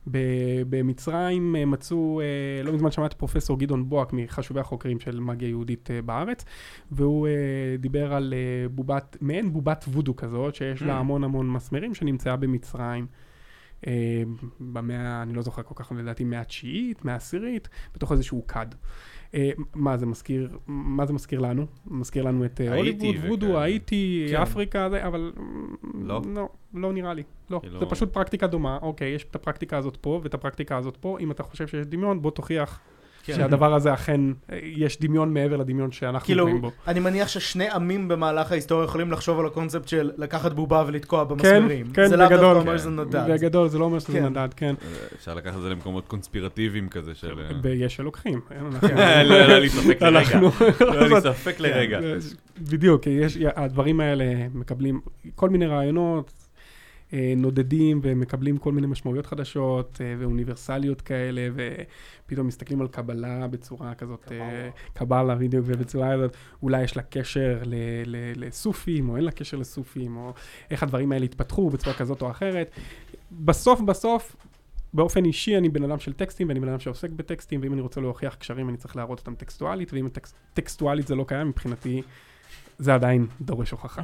במצרים מצאו, לא מזמן שמעתי פרופסור גדעון בוהק מחשובי החוקרים של מאגיה יהודית בארץ, והוא דיבר על בובת, מעין בובת וודו כזאת, שיש לה המון המון מסמרים שנמצאה במצרים, במאה, אני לא זוכר כל כך, לדעתי, מאה התשיעית, מאה העשירית, בתוך איזשהו קד. מה זה מזכיר, מה זה מזכיר לנו? מזכיר לנו את הוליווד, וודו, האיטי, אפריקה, אבל לא, לא נראה לי. לא, זה פשוט פרקטיקה דומה. אוקיי, יש את הפרקטיקה הזאת פה ואת הפרקטיקה הזאת פה. אם אתה חושב שיש דמיון, בוא תוכיח שהדבר הזה אכן, יש דמיון מעבר לדמיון שאנחנו רואים בו. אני מניח ששני עמים במהלך ההיסטוריה יכולים לחשוב על הקונספט של לקחת בובה ולתקוע במסמרים. כן, כן, בגדול. בגדול, זה לא אומר שזה נדד, כן. אפשר לקחת את זה למקומות קונספירטיביים כזה של... ויש שלוקחים. לא היה לי ספק לרגע. לא היה לי ספק לרגע. בדיוק, הדברים האלה מקבלים כל מיני רעיונות, נודדים ומקבלים כל מיני משמעויות חדשות ואוניברסליות כאלה, ופתאום מסתכלים על קבלה בצורה כזאת, קבלה בדיוק, ובצורה הזאת אולי יש לה קשר לסופים, או אין לה קשר לסופים, או איך הדברים האלה התפתחו בצורה כזאת או אחרת. בסוף בסוף, באופן אישי אני בן אדם של טקסטים, ואני בן אדם שעוסק בטקסטים, ואם אני רוצה להוכיח קשרים אני צריך להראות אותם טקסטואלית, ואם טקסטואלית זה לא קיים, מבחינתי זה עדיין דורש הוכחה.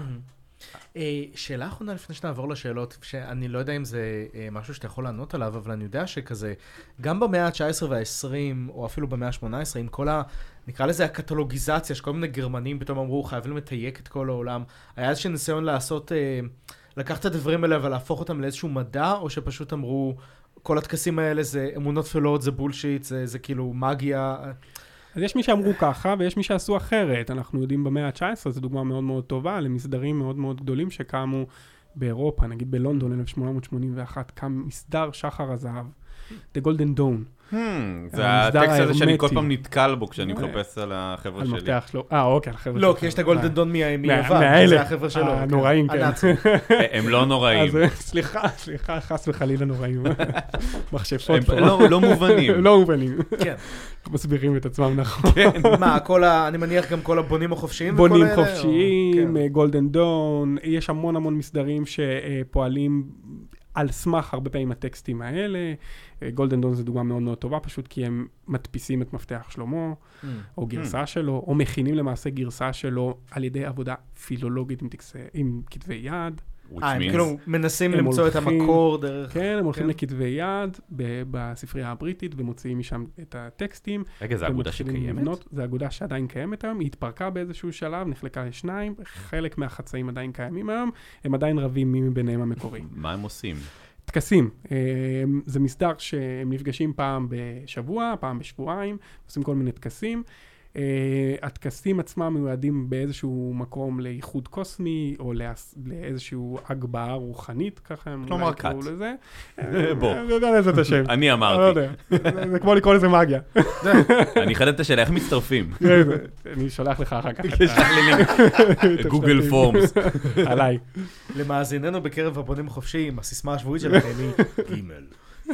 שאלה אחרונה לפני שנעבור לשאלות, שאני לא יודע אם זה משהו שאתה יכול לענות עליו, אבל אני יודע שכזה, גם במאה ה-תשע עשרה וה-עשרים, או אפילו במאה ה-שמונה עשרה, עם כל ה... נקרא לזה הקטלוגיזציה, שכל מיני גרמנים פתאום אמרו, חייבים לתייק את כל העולם. היה איזשהו ניסיון לעשות, לקחת את הדברים האלה ולהפוך אותם לאיזשהו מדע, או שפשוט אמרו, כל הטקסים האלה זה אמונות תפלות, זה בולשיט, זה, זה כאילו מגיה... אז יש מי שאמרו ככה, ויש מי שעשו אחרת. אנחנו יודעים במאה ה-תשע עשרה, זו דוגמה מאוד מאוד טובה, למסדרים מאוד מאוד גדולים שקמו באירופה, נגיד בלונדון, אלף שמונה מאות שמונים ואחת, קם מסדר שחר הזהב, The Golden Dawn. זה הטקסט הזה שאני כל פעם נתקל בו, כשאני מחפש על החבר'ה שלי. על מפתח שלו. אה, אוקיי, על החבר'ה שלו. לא, כי יש את הגולדן דון מיוון, זה החבר'ה שלו. הנוראים, כן. הם לא נוראים. סליחה, סליחה, חס וחלילה נוראים. מכשפות פה. לא מובנים. לא מובנים. כן. מסבירים את עצמם נכון. מה, אני מניח גם כל הבונים החופשיים? בונים חופשיים, גולדן דון, יש המון המון מסדרים שפועלים על סמך הרבה פעמים הטקסטים האלה. גולדן דון זה דוגמה מאוד מאוד טובה, פשוט כי הם מדפיסים את מפתח שלמה, mm. או גרסה mm. שלו, או מכינים למעשה גרסה שלו על ידי עבודה פילולוגית עם, טקסי, עם כתבי יד. אה, הם כאילו מנסים למצוא את המקור דרך... כן, הם הולכים לכתבי יד בספרייה הבריטית ומוציאים משם את הטקסטים. רגע, זו אגודה שקיימת? זו אגודה שעדיין קיימת היום, היא התפרקה באיזשהו שלב, נחלקה לשניים, חלק מהחצאים עדיין קיימים היום, הם עדיין רבים מי מביניהם המקורי. מה הם עושים? טקסים. זה מסדר שהם נפגשים פעם בשבוע, פעם בשבועיים, עושים כל מיני טקסים. הטקסים עצמם מיועדים באיזשהו מקום לייחוד קוסמי, או לאיזשהו הגבהה רוחנית, ככה הם אולי קראו לזה. בוא. אני יודע לזה את השם. אני אמרתי. זה כמו לקרוא לזה מגיה. אני חדד את השאלה, איך מצטרפים? אני שולח לך אחר כך. יש לך לינק. גוגל פורמס. עליי. למאזיננו בקרב הפונים חופשיים, הסיסמה השבועית שלכם היא גימל.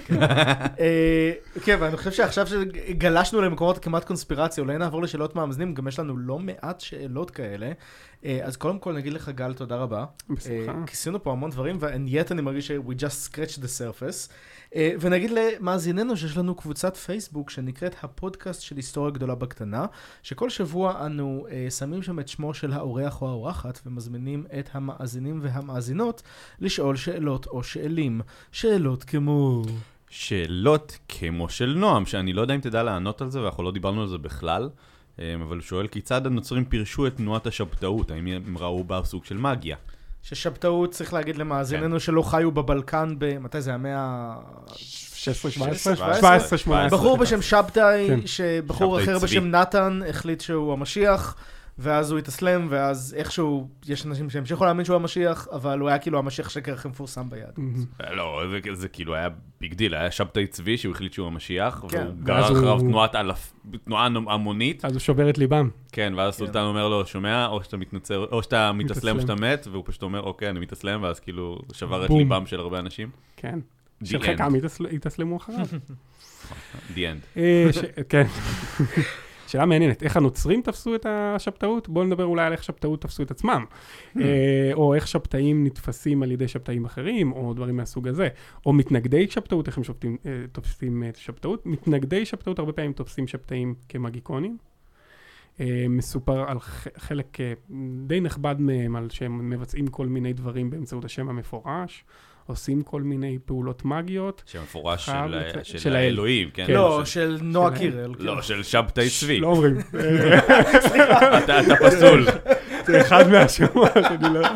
כן, ואני חושב שעכשיו שגלשנו למקומות כמעט קונספירציה, אולי נעבור לשאלות מהמאזינים, גם יש לנו לא מעט שאלות כאלה. אז קודם כל נגיד לך גל, תודה רבה. בשמחה. כיסינו פה המון דברים, ואנית אני מרגיש ש- we just scratched the surface. ונגיד למאזיננו שיש לנו קבוצת פייסבוק שנקראת הפודקאסט של היסטוריה גדולה בקטנה, שכל שבוע אנו שמים שם את שמו של האורח או האורחת, ומזמינים את המאזינים והמאזינות לשאול שאלות או שאלים. שאלות כמו... שאלות כמו של נועם, שאני לא יודע אם תדע לענות על זה, ואנחנו לא דיברנו על זה בכלל, אבל הוא שואל כיצד הנוצרים פירשו את תנועת השבתאות, האם הם ראו בה סוג של מגיה? ששבתאות, צריך להגיד למאזיננו שלא חיו בבלקן ב... מתי זה? המאה... שש עשרה שבע עשרה? שבע עשרה שמונה עשרה. בחור בשם שבתאי, כן. שבחור שבתאי אחר צבי. בשם נתן החליט שהוא המשיח, ואז הוא התאסלם, ואז איכשהו, יש אנשים שהמשיכו להאמין שהוא המשיח, אבל הוא היה כאילו המשיח שקר הכי מפורסם ביד. לא, זה, זה כאילו היה ביג דיל, היה שבתאי צבי שהוא החליט שהוא המשיח, כן. והוא גרר ואז אחריו הוא- תנועת אלף, תנועה המונית, אז הוא שובר את ליבם. כן, ואז הסולטן אומר לו, שומע, או שאתה מתנצר, או שאתה מתאסלם או מתאסלם. שאתה מת, והוא פשוט אומר, אוקיי, אני מתאסלם, ואז כאילו שבר את בום. ליבם של הרבה אנשים. כן. The של end. חלקם התאסל- התאסלמו אחריו. The end. אה, ש- כן. שאלה מעניינת, איך הנוצרים תפסו את השבתאות? בואו נדבר אולי על איך שבתאות תפסו את עצמם. אה, או איך שבתאים נתפסים על ידי שבתאים אחרים, או דברים מהסוג הזה. או מתנגדי שבתאות, איך הם שופטים, אה, תופסים את שבתאות. מתנגדי שבתאות הרבה פעמים תופסים שבתאים כמגיקונים. אה, מסופר על ח- חלק אה, די נכבד מהם, על שהם מבצעים כל מיני דברים באמצעות השם המפורש. עושים כל מיני פעולות מגיות. שמפורש חייב של, לצ- של, של האלוהים, כן? כן. לא, של, של נועה שלהם. קירל. לא, של שבתאי צבי. לא אומרים. אתה, אתה פסול. זה אחד מהשמות, אני לא...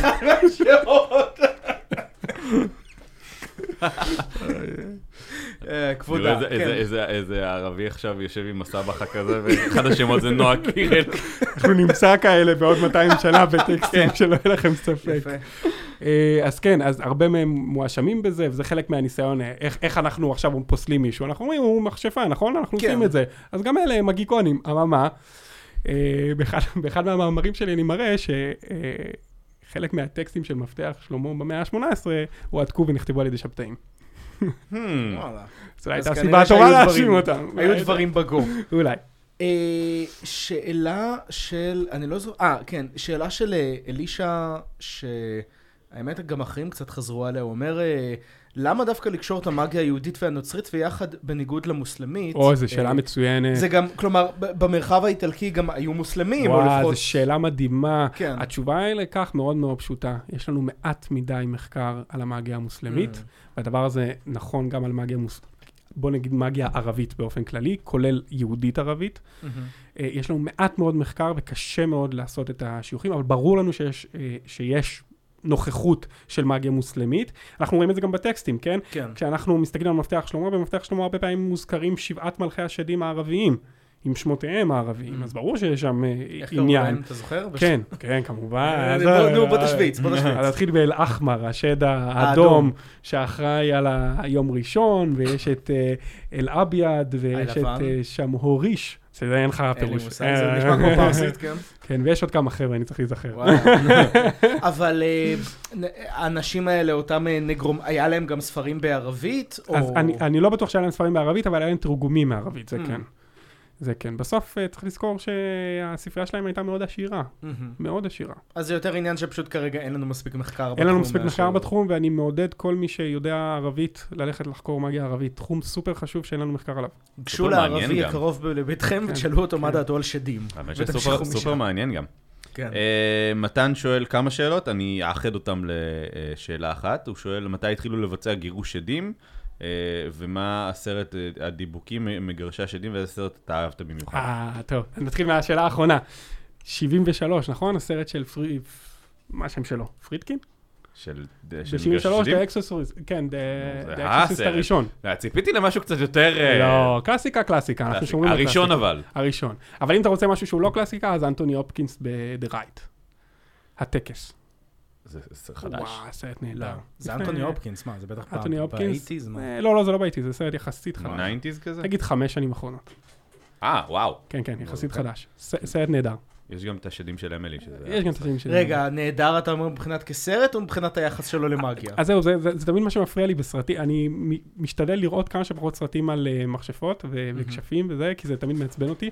כבודה, איזה- כן. איזה- איזה- איזה ערבי עכשיו יושב עם הסבכה כזה, ואחד השמות זה נועה קירל. אנחנו נמצא כאלה בעוד מאתיים שנה בטקסטים שלא יהיה לכם ספק. יפה. אה, אז כן, אז הרבה מהם מואשמים בזה, וזה חלק מהניסיון, אה, איך, איך אנחנו עכשיו פוסלים מישהו. אנחנו אומרים, הוא מכשפה, נכון? אנחנו כן. עושים את זה. אז גם אלה הם מגיקונים, אממה, אה, באחד, באחד מהמאמרים שלי אני מראה שחלק מהטקסטים של מפתח שלמה במאה ה-שמונה עשרה הועתקו ונכתבו על ידי שבתאים. Hmm. וואלה. זו אז הייתה כנראה סיבה טובה שהיו להאשים דברים- אותם. היו דברים בגו. אולי. אה, שאלה של, אני לא זוכר, אה, כן, שאלה של אה, אלישע, שהאמת גם אחרים קצת חזרו עליה, הוא אומר, אה, למה דווקא לקשור את המאגיה היהודית והנוצרית ויחד בניגוד למוסלמית? או, זו שאלה אה, מצוינת. זה גם, כלומר, ב- במרחב האיטלקי גם היו מוסלמים, או וואו, לפחות... זו שאלה מדהימה. כן. התשובה היא לכך מאוד מאוד פשוטה. יש לנו מעט מדי מחקר על המאגיה המוסלמית, והדבר הזה נכון גם על מאגיה מוסלמית. בוא נגיד מאגיה ערבית באופן כללי, כולל יהודית ערבית. אה, יש לנו מעט מאוד מחקר וקשה מאוד לעשות את השיוכים, אבל ברור לנו שיש, אה, שיש נוכחות של מאגיה מוסלמית. אנחנו רואים את זה גם בטקסטים, כן? כן. כשאנחנו מסתכלים על מפתח שלמה, במפתח שלמה הרבה פעמים מוזכרים שבעת מלכי השדים הערביים, עם שמותיהם הערביים, אז ברור שיש שם אה, איך קראו עניין. להם, אתה זוכר? כן, כן, כמובן. אה, בוא- נו, בוא תשוויץ, בוא תשוויץ. אז נתחיל באל-אחמר, השד האדום. האדום, שאחראי על היום ראשון, ויש את אה, אל-אביד, ויש את הלבן. אה, שם הוריש, שזה אין לך אין לי פירוש. מושג, זה נשמע כמו פרסית, כן? כן, ויש עוד כמה חבר'ה, אני צריך להיזכר. וואלה. אבל אה, נ- האנשים האלה, אותם אה, נגרום, היה להם גם ספרים בערבית? אז או- אני, אני לא בטוח שהיה להם ספרים בערבית, אבל היה להם תרגומים מערבית, זה Mm. כן. זה כן. בסוף אה, צריך לזכור שהספרייה שלהם הייתה מאוד עשירה. מהמם. מאוד עשירה. אז זה יותר עניין שפשוט כרגע אין לנו מספיק מחקר בתחום. אין לנו מספיק מאשר- מחקר בתחום, ואני מעודד כל מי שיודע ערבית ללכת לחקור מאגיה ערבית. תחום סופר חשוב שאין לנו מחקר עליו. גשו סופר מעניין לערבי גם. הקרוב לביתכם כן, ותשאלו אותו מה כן. דעתו על שדים. האמת ותמשיכו שסופר משם. סופר מעניין גם. כן. מתן שואל כמה שאלות, אני אאחד אותם לשאלה אחת. הוא שואל מתי התחילו לבצע גירוש שדים, ומה הסרט הדיבוקים מגרשי השדים, ואיזה סרט אתה אהבת במיוחד. אה, טוב. נתחיל מהשאלה האחרונה. שבעים ושלוש, נכון? הסרט של פרי... מה השם שלו? פרידקין? של ב-שבעים ושלוש, The Exorcist, כן, The Exorcist הראשון. ציפיתי למשהו קצת יותר... לא, קלאסיקה, קלאסיקה, אנחנו שומרים על קלאסיקה. הראשון אבל. הראשון. אבל אם אתה רוצה משהו שהוא לא קלאסיקה, אז אנטוני הופקינס ב-The Right. הטקס. זה חדש. וואו, סרט נהדר. זה אנטוני הופקינס, מה? זה בטח אנטוני הופקינס. באייטיז? לא, לא, זה לא באייטיז, זה סרט יחסית חדש. ניינטיז כזה? נגיד חמש שנים אחרונות. אה, וואו. כן, כן, יחסית חדש. סרט נהדר. יש גם את השדים של אמילי. יש גם את השדים של... רגע, נהדר אתה אומר מבחינת כסרט או מבחינת היחס שלו למאגיה? אז זהו, זה תמיד מה שמפריע לי בסרטים. אני משתדל לראות כמה שפחות סרטים על מכשפות וכשפים וזה, כי זה תמיד מעצבן אותי.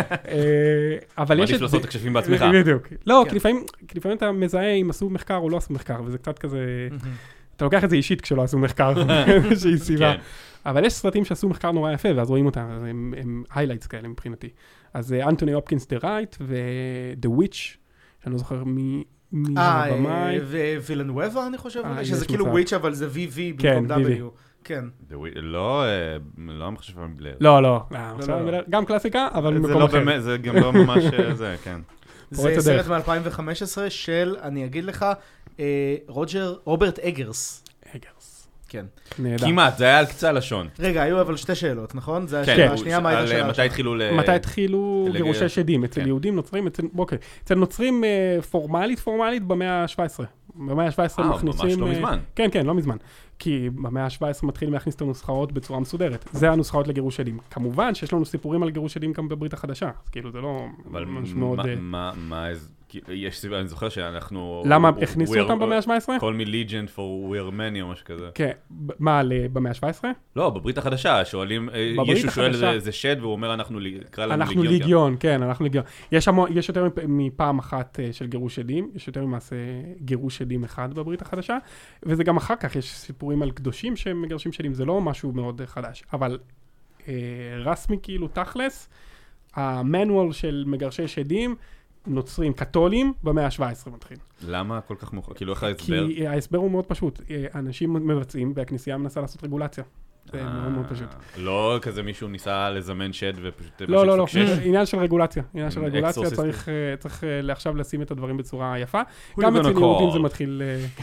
אבל יש... מעדיף לעשות את הכשפים בעצמך. בדיוק. לא, כי לפעמים אתה מזהה אם עשו מחקר או לא עשו מחקר, וזה קצת כזה... אתה לוקח את זה אישית כשלא עשו מחקר, שהיא סיבה. אבל יש סרטים שעשו מחקר נורא יפה, ואז רואים אותם, הם highlights כאלה מבחינתי. אז אנטוני הופקינס The Right ו-The Witch, שאני לא זוכר מי הבמאי. ווילנואבה אני חושב, שזה כאילו וויץ' אבל זה וי וי במקום דאבליו. כן. לא, לא מחשב מבלר. לא, לא, גם קלאסיקה, אבל במקום אחר. זה גם לא ממש זה, כן. זה סרט מ-אלפיים וחמש עשרה של, אני אגיד לך, רוג'ר, רוברט אגרס. אגרס. כן. כמעט, זה היה על קצה לשון. רגע, היו אבל שתי שאלות, נכון? זה השאלה השנייה, מה הייתה השאלה? מתי התחילו ל... מתי התחילו גירושי שדים? אצל יהודים נוצרים, אוקיי. אצל נוצרים פורמלית, פורמלית במאה ה-שבע עשרה. במאה ה-שבע עשרה מכניסים... אה, ממש לא מזמן. כן, כן, לא מזמן. כי במאה ה-שבע עשרה מתחילים להכניס את הנוסחאות בצורה מסודרת. זה הנוסחאות לגירוש שדים. כמובן שיש לנו סיפורים על גירוש שדים גם בברית החדשה. אז כאילו זה לא משהו מאוד... אבל מה... יש סיבה, אני זוכר שאנחנו... למה הכניסו אותם במאה ה-שבע עשרה? call me legend for we're many או משהו כזה. כן, מה, במאה ה-שבע עשרה? לא, בברית החדשה, שואלים, ישו שואל איזה שד, והוא אומר, אנחנו, קרא לנו אנחנו ליגיון, כן, אנחנו ליגיון. יש יותר מפעם אחת של גירוש שדים, יש יותר ממעשה גירוש שדים אחד בברית החדשה, וזה גם אחר כך, יש סיפורים על קדושים שהם מגרשים שדים, זה לא משהו מאוד חדש, אבל רסמי כאילו תכלס, המנואל של מגרשי שדים, נוצרים קתולים במאה ה-שבע עשרה מתחיל. למה כל כך מוכר? כאילו איך ההסבר? כי ההסבר הוא מאוד פשוט. אנשים מבצעים והכנסייה מנסה לעשות רגולציה. זה מאוד מאוד פשוט. לא כזה מישהו ניסה לזמן שד ופשוט... לא, לא, לא. עניין של רגולציה. עניין של רגולציה. צריך עכשיו לשים את הדברים בצורה יפה. גם אצל יהודים זה מתחיל...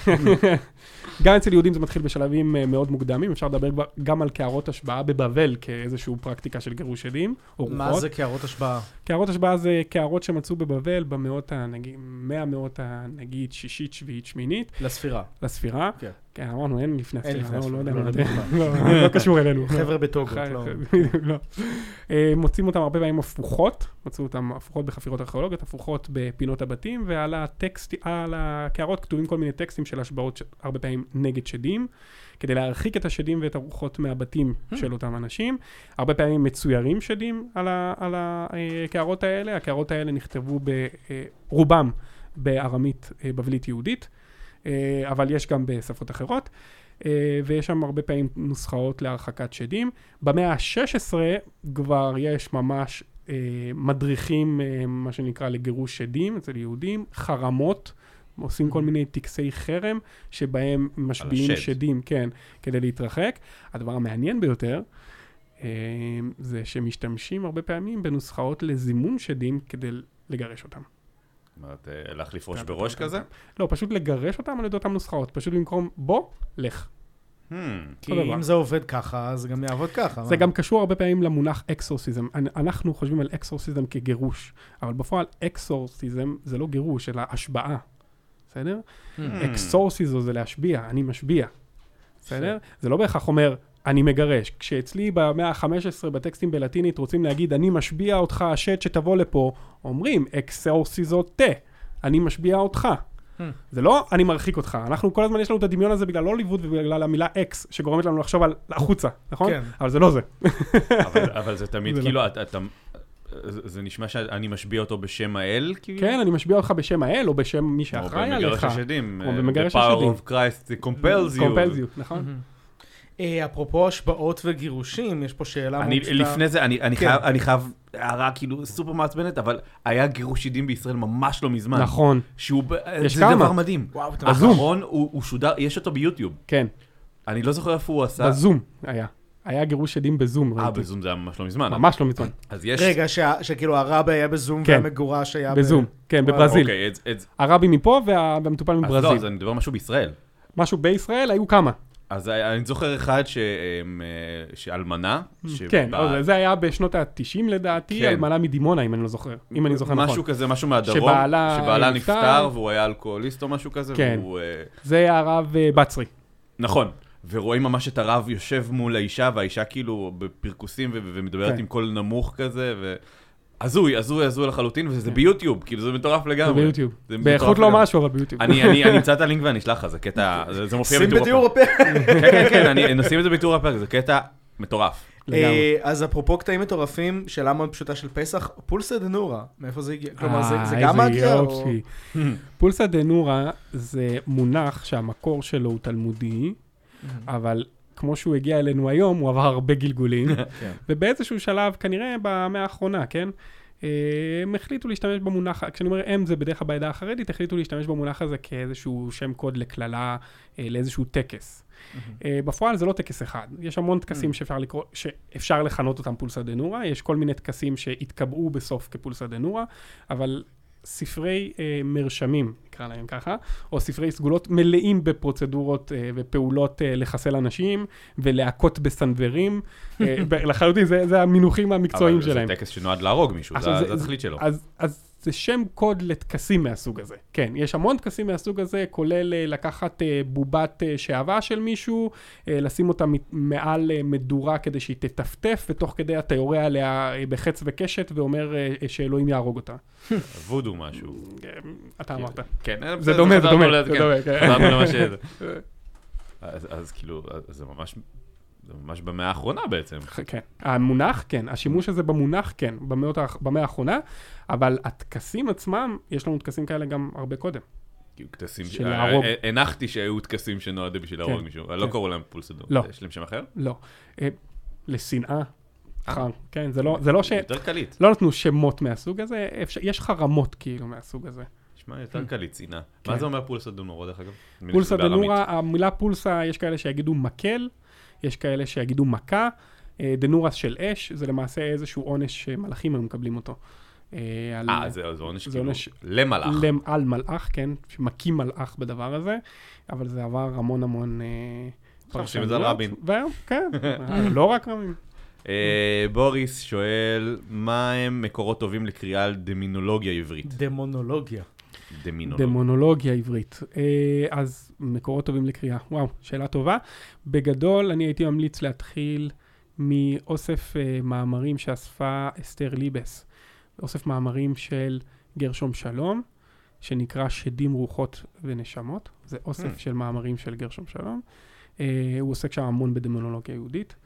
גם אצל יהודים זה מתחיל בשלבים מאוד מוקדמים. אפשר לדבר גם על קערות השבעה בבבל כאיזושהי פרקטיקה של גירוש שדים. מה זה קערות השבעה? קערות השבעה זה קערות שמצאו בבבל במאות, נגיד, מאה מאות, נגיד, שישית, שביעית, שמינית. לספירה. לספירה. כן. כן, אמרנו, אין לפני אין הספירה. לפני לא יודע הספירה. מה, לא קשור אלינו. חבר'ה בטוגות, לא. מוצאים אותם הרבה פעמים הפוכות, מצאו אותם הפוכות בחפירות ארכיאולוגיות, הפוכות בפינות הבתים, ועל הטקסט, על הקערות כתובים כל מיני טקסטים של השבעות, הרבה פעמים נגד שדים, כדי להרחיק את השדים ואת הרוחות מהבתים של אותם אנשים. הרבה פעמים מצוירים שדים על הקערות האלה, הקערות האלה נכתבו ברובם בארמית בבלית יהודית, אבל יש גם בשפות אחרות. ויש שם הרבה פעמים נוסחאות להרחקת שדים. במאה ה-שש עשרה כבר יש ממש מדריכים, מה שנקרא לגירוש שדים אצל יהודים, חרמות, עושים כל מיני טקסי חרם, שבהם משביעים שדים, כן, כדי להתרחק. הדבר המעניין ביותר, זה שמשתמשים הרבה פעמים בנוסחאות לזימון שדים כדי לגרש אותם. זאת אומרת, להחליף ראש בראש כזה? לא, פשוט לגרש אותם על ידי אותם נוסחאות. פשוט במקום בוא, לך. כי אם זה עובד ככה, זה גם יעבוד ככה. זה גם קשור הרבה פעמים למונח אקסורסיזם. אנחנו חושבים על אקסורסיזם כגירוש, אבל בפועל אקסורסיזם זה לא גירוש, אלא השבעה. בסדר? אקסורסיזו זה להשביע, אני משביע. בסדר? זה לא בהכרח אומר, אני מגרש. כשאצלי במאה ה-חמש עשרה בטקסטים בלטינית רוצים להגיד, אני משביע אותך, השד שתבוא לפה, אומרים, אקסורסיזו תה, אני משביע אותך. זה לא, אני מרחיק אותך. אנחנו כל הזמן יש לנו את הדמיון הזה בגלל הוליווד ובגלל המילה אקס, שגורמת לנו לחשוב על החוצה, נכון? אבל זה לא זה. אבל זה תמיד, כאילו, אתה... זה נשמע שאני משביע אותו בשם האל? כן, אני משביע אותך בשם האל, או בשם מי שאחראי עליך. או במגרש השדים. או במגרש השדים. The power of Christ compels you. compels you, נכון. אפרופו השבעות וגירושים, יש פה שאלה מאוד פשוטה. לפני זה, אני חייב הערה כאילו סופר מעצבנת, אבל היה גירוש ידים בישראל ממש לא מזמן. נכון. זה דבר מדהים. האחרון הוא שודר, יש אותו ביוטיוב. כן. אני לא זוכר איפה הוא עשה. בזום היה. היה גירוש ידים בזום. אה, בזום זה היה ממש לא מזמן. ממש לא מזמן. רגע, שכאילו הרבי היה בזום והמגורש היה בזום, כן, בברזיל. הרבי מפה והמטופל מברזיל. אז לא, אז אני מדבר משהו בישראל. משהו בישראל, היו כמה. אז אני זוכר אחד שאלמנה. כן, זה היה בשנות ה-תשעים לדעתי, אלמנה מדימונה, אם אני לא זוכר, אם אני זוכר נכון. משהו כזה, משהו מהדרום, שבעלה נפטר, והוא היה אלכוהוליסט או משהו כזה. כן, זה היה הרב בצרי. נכון, ורואים ממש את הרב יושב מול האישה, והאישה כאילו בפרקוסים ומדברת עם קול נמוך כזה, ו... הזוי, הזוי, הזוי לחלוטין, וזה ביוטיוב, כאילו זה מטורף לגמרי. זה ביוטיוב. באיכות לא משהו, אבל ביוטיוב. אני אמצא את הלינק ואני אשלח לך, זה קטע, זה מופיע בתיאור הפרק. כן, כן, כן, נשים את זה בתיאור הפרק, זה קטע מטורף. אז אפרופו קטעים מטורפים, שאלה מאוד פשוטה של פסח, פולסא דנורא, מאיפה זה הגיע? כלומר, זה גם מגיע? פולסא דנורא זה מונח שהמקור שלו הוא תלמודי, אבל כמו שהוא הגיע אלינו היום, הוא עבר הרבה גלגולים, ובאיזשהו שלב, כנראה במאה האחרונה, כן? הם החליטו להשתמש במונח, כשאני אומר הם זה בדרך כלל בעדה החרדית, החליטו להשתמש במונח הזה כאיזשהו שם קוד לכללה, לאיזשהו טקס. בפועל זה לא טקס אחד, יש המון טקסים שאפשר לקרוא, שאפשר לכנות אותם פולסא דנורא, יש כל מיני טקסים שהתקבעו בסוף כפולסא דנורא, אבל ספרי אה, מרשמים, נקרא להם ככה, או ספרי סגולות מלאים בפרוצדורות אה, ופעולות אה, לחסל אנשים ולהכות בסנוורים. אה, לחלוטין, זה, זה המינוחים המקצועיים שלהם. אבל זה טקס שנועד להרוג מישהו, זה, זה, זה התכלית שלו. אז, אז זה שם קוד לטקסים מהסוג הזה. כן, יש המון טקסים מהסוג הזה, כולל אה, לקחת אה, בובת אה, שעבה של מישהו, אה, לשים אותה מעל אה, מדורה כדי שהיא תטפטף, ותוך כדי אתה יורה עליה אה, בחץ וקשת ואומר אה, שאלוהים יהרוג אותה. וודו משהו. אתה אמרת. כן, זה דומה, זה דומה, זה דומה. חזרנו למה שזה. אז כאילו, זה ממש... זה ממש במאה האחרונה בעצם. כן, המונח, כן, השימוש הזה במונח, כן, במאה האחרונה, אבל הטקסים עצמם, יש לנו טקסים כאלה גם הרבה קודם. של להרוג. הנחתי שהיו טקסים שנועדו בשביל להרוג מישהו, אבל לא קראו להם פולסא דנורא. לא. יש להם שם אחר? לא. לשנאה. כן, זה לא ש... יותר קליט. לא נתנו שמות מהסוג הזה, יש חרמות כאילו מהסוג הזה. נשמע יותר קליט, שנאה. מה זה אומר פולסא דנורא, דרך אגב? פולסא דנורא, המילה פולסא, יש כאלה שיגידו מקל, יש כאלה שיגידו מכה, דנורא של אש, זה למעשה איזשהו עונש שמלאכים הם מקבלים אותו. אה, זה עונש כאילו למלאך. על מלאך, כן, שמקים מלאך בדבר הזה, אבל זה עבר המון המון חושבים את זה על רבין. כן, לא רק רבים. בוריס שואל, מה הם מקורות טובים לקריאה על דמינולוגיה עברית? דמונולוגיה. דמונולוגיה עברית. אז מקורות טובים לקריאה. וואו, שאלה טובה. בגדול, אני הייתי ממליץ להתחיל מאוסף מאמרים שאספה אסתר ליבס. אוסף מאמרים של גרשום שלום, שנקרא שדים רוחות ונשמות. זה אוסף של מאמרים של גרשום שלום. הוא עוסק שם המון בדמונולוגיה יהודית.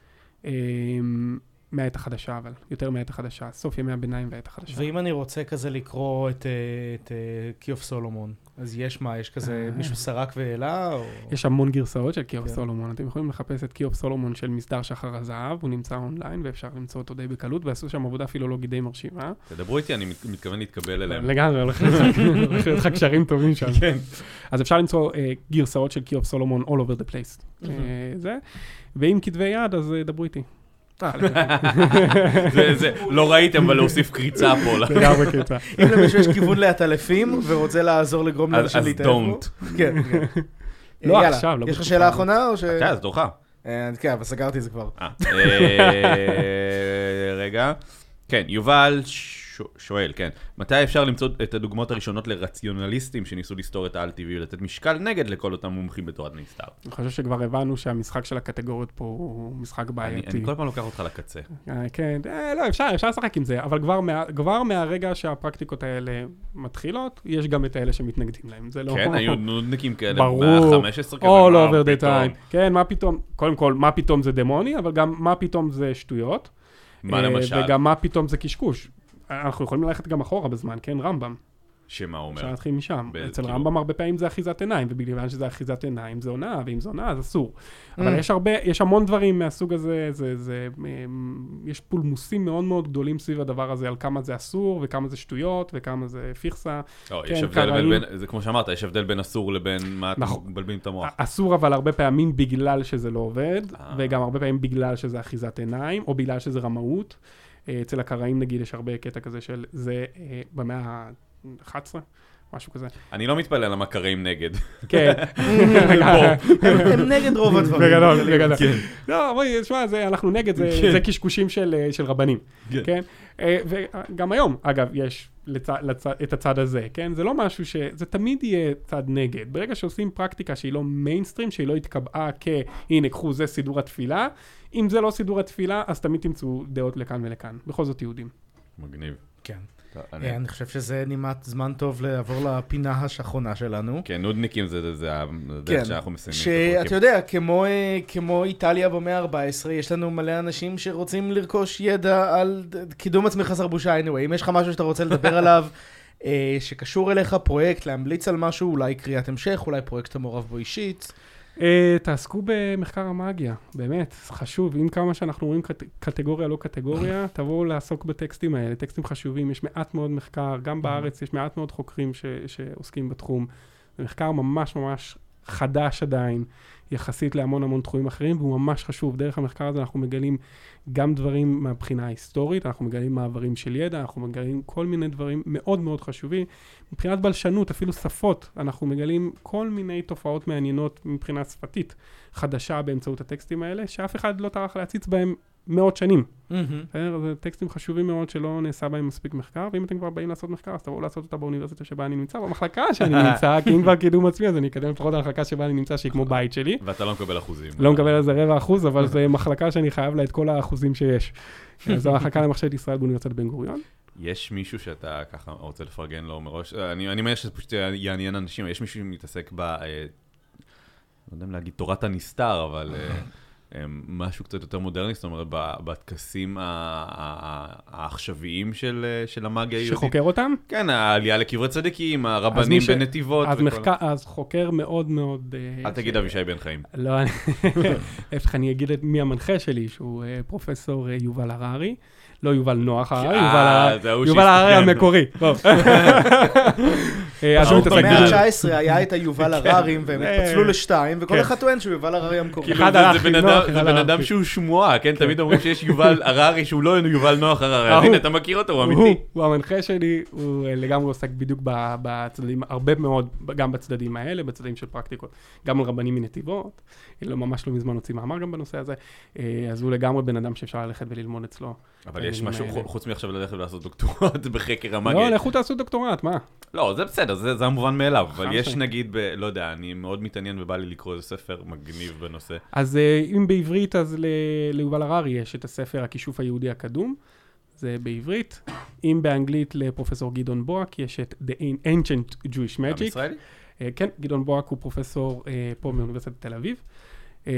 מהעת החדשה, אבל יותר מהעת החדשה, סוף ימי הביניים והעת החדשה. ואם אני רוצה כזה לקרוא את, את קיוף סולומון, אז יש מה, יש כזה מישהו סרק ואלה? או... יש המון גרסאות של קיוף סולומון. אתם יכולים לחפש את קיוף סולומון של מסדר שחר הזהב, הוא נמצא אונליין ואפשר למצוא אותו די בקלות, ועשו שם עבודה פילולוגית די מרשימה. תדברו איתי, אני מתכוון להתקבל אליהם. לגמרי, הולך לך קשרים טובים שם. כן. אז אפשר למצוא גרסאות של קיוף סולומון all over the place. זה. ואם כתבי יד, אז דברו איתי. זה, לא ראיתם, אבל להוסיף קריצה פה. לגמרי קריצה. אם למישהו יש כיוון לאטלפים, ורוצה לעזור לגרום לאנשים להתאהב. אז don't. כן. לא עכשיו. יש לך שאלה האחרונה או ש... כן, זה תורך. כן, אבל סגרתי את זה כבר. רגע. כן, יובל שואל, כן. מתי אפשר למצוא את הדוגמאות הראשונות לרציונליסטים שניסו לסתור את העל-טבעי ולתת משקל נגד לכל אותם מומחים בתורת נסתר? אני חושב שכבר הבנו שהמשחק של הקטגוריות פה הוא משחק בעייתי. אני כל פעם לוקח אותך לקצה. כן, לא, אפשר, אפשר לשחק עם זה, אבל כבר מהרגע שהפרקטיקות האלה מתחילות, יש גם את האלה שמתנגדים להם. זה לא... כן, היו נודניקים כאלה, ברור. מה-חמש עשרה כזה, All over the time. כן, מה פתאום, קודם כל, מה פתאום זה דמוני, אבל גם מה פתאום זה שטויות. מה למשל? וגם מה פתאום זה קשקוש. אנחנו יכולים ללכת גם אחורה בזמן, כן? רמב"ם. שמה אומר? אפשר להתחיל משם. ב- אצל כאילו- רמב"ם הרבה פעמים זה אחיזת עיניים, ובגלל שזה אחיזת עיניים זה עונה, ואם זה עונה אז אסור. אבל Mm. יש הרבה, יש המון דברים מהסוג הזה, זה, זה, אמ, יש פולמוסים מאוד מאוד גדולים סביב הדבר הזה, על כמה זה אסור, וכמה זה שטויות, וכמה זה פיכסה. לא, כן, יש הבדל קראים. בין, בין- זה כמו שאמרת, יש הבדל בין אסור לבין מה אתם נכון. מבלבלים את המוח. אסור אבל הרבה פעמים בגלל שזה לא עובד, אה. וגם הרבה פעמים בגלל שזה אחיזת עיניים, או בגלל שזה רמאות. אה, אצל הקראים נגיד יש הרבה קטע כזה של זה אה, במאה ה-אחת עשרה, משהו כזה. אני לא מתפלא למה קראים נגד. כן. הם הם נגד רוב הדברים. בגדול, בגדול. כן. לא, בואי, תשמע, זה- אנחנו נגד, זה כן. זה קשקושים של אה, של רבנים, כן. כן? אה, וגם היום, אגב, יש לצ- לצ- את הצד הזה, כן? זה לא משהו ש... זה תמיד יהיה צד נגד. ברגע שעושים פרקטיקה שהיא לא מיינסטרים, שהיא לא התקבעה כ... הנה, קחו, זה סידור התפילה. אם זה לא סידור התפילה, אז תמיד תמצאו דעות לכאן ולכאן. בכל זאת יהודים. מגניב. כן. טוב, אני- אה, אני חושב שזה נימת זמן טוב לעבור לפינה השחונה שלנו. כן, נודניקים זה זה כן, הדרך שאנחנו מסיימים את שאתה הפרקים. יודע, כמו, אה, כמו איטליה במאה ה-ארבע עשרה, יש לנו מלא אנשים שרוצים לרכוש ידע על ד- קידום עצמי חסר בושה. anyway, אם יש לך משהו שאתה רוצה לדבר עליו, אה, שקשור אליך, פרויקט, להמליץ על משהו, אולי קריאת המשך, אולי פרויקט המעורב בו אישית. אה, תעסקו במחקר המאגיה, באמת, חשוב. אם כמה שאנחנו רואים קט- קטגוריה לא קטגוריה, תבואו לעסוק בטקסטים האלה, טקסטים חשובים, יש מעט מאוד מחקר, גם בארץ יש מעט מאוד חוקרים ש- שעוסקים בתחום. זה מחקר ממש ממש חדש עדיין, יחסית להמון המון תחומים אחרים, והוא ממש חשוב. דרך המחקר הזה אנחנו מגלים גם דברים מהבחינה ההיסטורית, אנחנו מגלים מעברים של ידע, אנחנו מגלים כל מיני דברים מאוד מאוד חשובים. מבחינת בלשנות, אפילו שפות, אנחנו מגלים כל מיני תופעות מעניינות מבחינה שפתית חדשה באמצעות הטקסטים האלה, שאף אחד לא טרח להציץ בהם מאות שנים. בסדר? זה טקסטים חשובים מאוד שלא נעשה בהם מספיק מחקר, ואם אתם כבר באים לעשות מחקר, אז תבואו לעשות אותה באוניברסיטה שבה אני נמצא, במחלקה שאני נמצא, כי אם כבר קידום עצמי, אז אני אקדם לפחות על המחלקה שבה אני נמצא, שהיא כמו בית שלי. ואתה לא מקבל אחוזים. לא מקבל על זה רבע אחוז, אבל זו מחלקה שאני חייב לה את כל האחוזים שיש. זו המחלקה למחשבת ישראל באוניברסיטת בן גוריון. יש מישהו שאתה ככה רוצה לפרגן לו מראש? אני אני מניח שזה פשוט יעניין אנשים, יש מישהו שמתעסק ב... אה, לא יודע אם להגיד תורת הנסתר, אבל אה, אה, משהו קצת יותר מודרני, זאת אומרת, ב- בטקסים ה- ה- העכשוויים של אה, של המאגיה היהודית. שחוקר אותם? כן, העלייה לקברי צדיקים, אז הרבנים מי ש- בנתיבות. אז וכל- מחקר, אז חוקר מאוד מאוד... אה, אל תגיד אבישי בן חיים. לא, אני- להפך, אני אגיד את מי המנחה שלי, שהוא אה, פרופסור אה, יובל הררי. לא יובל נוח הררי, אה, יובל הררי- זה ההוא יובל הררי שהסתכן. המקורי. בוא. אה, אז הוא אה, מתעסק במאה בדיוק. ה-תשע עשרה היה את היובל הררים, והם זה- התפצלו לשתיים, וכל כן. אחד טוען שהוא יובל הררי המקורי. כאילו, אחד זה- זה האחים, בן נוח, אדם- אחד זה בן אדם האחים. שהוא שמועה, כן? תמיד אומרים שיש יובל הררי שהוא לא יובל נוח הררי, אז ההוא. הנה, אתה מכיר אותו, הוא הוא, אמיתי. הוא המנחה שלי, הוא אה, לגמרי עוסק בדיוק ב- בצדדים, הרבה מאוד, גם בצדדים האלה, בצדדים של פרקטיקות, גם על רבנים מנתיבות, לא, ממש לא מזמן הוציא מאמר גם בנושא הזה, אה, אז הוא לגמרי בן אדם שאפשר ללכת וללמוד אצלו. אבל יש העניינים משהו, האלה. חוץ מעכשיו ללכת ולעשות דוקטורט בחקר לא, המאגיה. לכו תעשו דוקטורט, מה? לא, זה בסדר, זה זה המובן מאליו, אבל חד יש משמעית. נגיד, ב- לא יודע, אני מאוד מתעניין ובא לי לקרוא איזה ספר מגניב בנושא. אז אה, אם בעברית, אז ל- ליובל הררי יש את הספר הכישוף היהודי הקדום, זה בעברית. אם באנגלית לפרופסור גדעון בוהק, יש את The Ancient Jewish גם Magic. ישראלי? אה, כן, גדעון בוהק הוא פרופסור אה, פה מאוניברסיטת תל אביב. אה,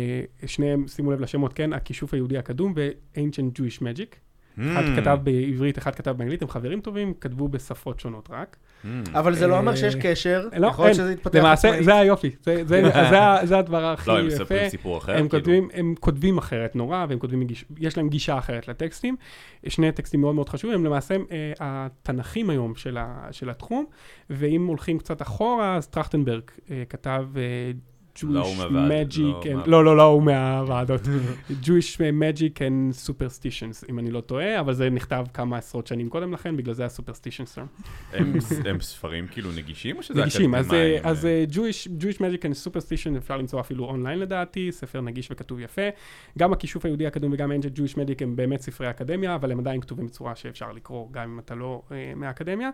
שניהם, שימו לב לשמות, כן, הכישוף היהודי הקדום ו-Ancient Jewish Magic. אחד Hmm. כתב בעברית, אחד כתב באנגלית, הם חברים טובים, כתבו בשפות שונות רק. Hmm. אבל זה לא אומר אה, שיש קשר, לא, יכול להיות אין. שזה יתפתח למעשה, עצמאית. זה היופי, זה- זה זה ה- זה הדבר הכי לא, הם יפה. מספרים סיפור אחר, הם כאילו. כותבים, הם כותבים אחרת נורא, והם כותבים, מגיש, יש להם גישה אחרת לטקסטים. שני טקסטים מאוד מאוד חשובים, הם למעשה אה, התנכים היום של, ה, של התחום, ואם הולכים קצת אחורה, אז טרכטנברג אה, כתב אה, לא, הוא Jewish מהוועד, Magic, לא, and- מה- לא, לא, לא, הוא מהוועדות. Jewish Magic and Superstitions, אם אני לא טועה, אבל זה נכתב כמה עשרות שנים קודם לכן, בגלל זה ה-Superstitions. הם הם ספרים כאילו נגישים או שזה נגישים, אז, אקדמאים? אה, אז אה, Jewish, Jewish Magic and Superstition אפשר למצוא אפילו אונליין לדעתי, ספר נגיש וכתוב יפה. גם הכישוף היהודי הקדום וגם Ancient Jewish Magic הם באמת ספרי אקדמיה, אבל הם עדיין כתובים בצורה שאפשר לקרוא גם אם אתה לא אה, מהאקדמיה.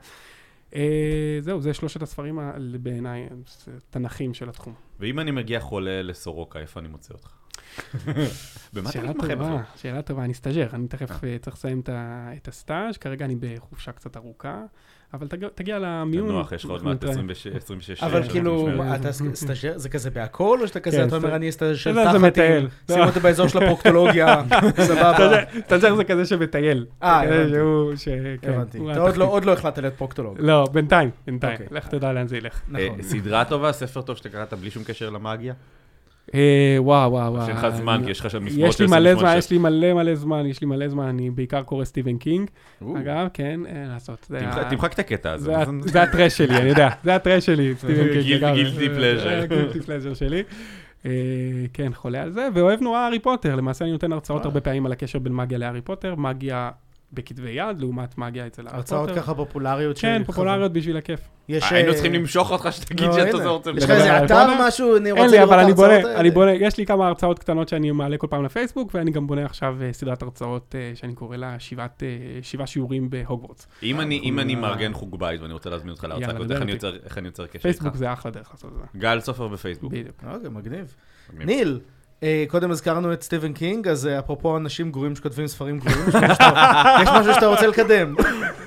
אה, זהו, זה שלושת הספרים ה- בעיניי, תנכים של התחום. ואם אני מגיע חולה לסורוקה, איפה אני מוצא אותך? במה אתה שאלה מתמחה טובה, בחו"ל? שאלה טובה, אני סטאג'ר, אני תכף צריך לסיים את ה- את הסטאז', כרגע אני בחופשה קצת ארוכה, אבל תגיע- תגיע למיון. תנוח, יש לך עוד מעט נתראה. עשרים ושש אבל שעות כאילו, משמרת. מה, אתה סטאז'ר, זה כזה בהכל, או שאתה כזה, כן, אתה אומר, סט- אני סטאז'ר של זה- זה תחתים, מטייל. שים אותו באזור של הפרוקטולוגיה, סבבה. סטאג'ר- סטאג'ר זה כזה שמטייל. אה, כזה הבנתי. שהוא- ש- כן, הבנתי. הוא אתה עוד התחתית. לא- עוד לא החלטת להיות פרוקטולוג. לא, בינתיים, בינתיים. אוקיי. לך תדע לאן זה ילך. אה, נכון. סדרה טובה, ספר טוב שאתה קראת בלי שום קשר למאגיה? אה, וואו, וואו, וואו. שאין לך זמן, כי יש לך שם יש משמרות לי של מלא עשרים זמן, ושמונה יש לי מלא מלא זמן, יש לי מלא זמן, אני בעיקר קורא סטיבן קינג. או. אגב, כן, אין לעשות. זה תמחק- ה- תמחק את הקטע הזה. זה ה- זה הטרש שלי, אני יודע, זה הטרש שלי, סטיבן קינג. גיל- אגב. גילטי פלז'ר. אה, גילטי פלז'ר שלי. אה, כן, חולה על זה, ואוהב נורא הארי פוטר. למעשה אני נותן הרצאות וואו. הרבה פעמים על הקשר בין מגיה להארי פוטר, מגיה בכתבי יד, לעומת מגיה אצל הארי פוטר. הרצאות ככה פופולריות. כן, של פופולריות בשביל הכיף. יש, היינו אה, צריכים למשוך אותך שתגיד לא, שאתה הנה. רוצה יש לך לדבר איזה על אתר הארי משהו, אני רוצה אין לי, לראות אבל את אני בונה, ההרצאות האלה. אני בונה, יש לי כמה הרצאות קטנות שאני מעלה כל פעם לפייסבוק, ואני גם בונה עכשיו אה, סדרת הרצאות אה, שאני קורא לה שבעת, אה, שבעה שיעורים בהוגוורטס. אם אני אם אני מארגן חוג בית ואני רוצה להזמין אותך להרצאה, יאללה, כזאת, דבר איך אני איתי. יוצר- איך אני יוצר קשר איתך? פייסבוק זה אחלה דרך לעשות את זה. גל סופר בפייסבוק. בדיוק. אוקיי, מגניב. מגניב. ניל, אה, קודם הזכרנו את סטיבן קינג, אז אה, אפרופו אנשים גרועים שכותבים ספרים גרועים, יש משהו שאתה- יש משהו שאתה רוצה לקדם.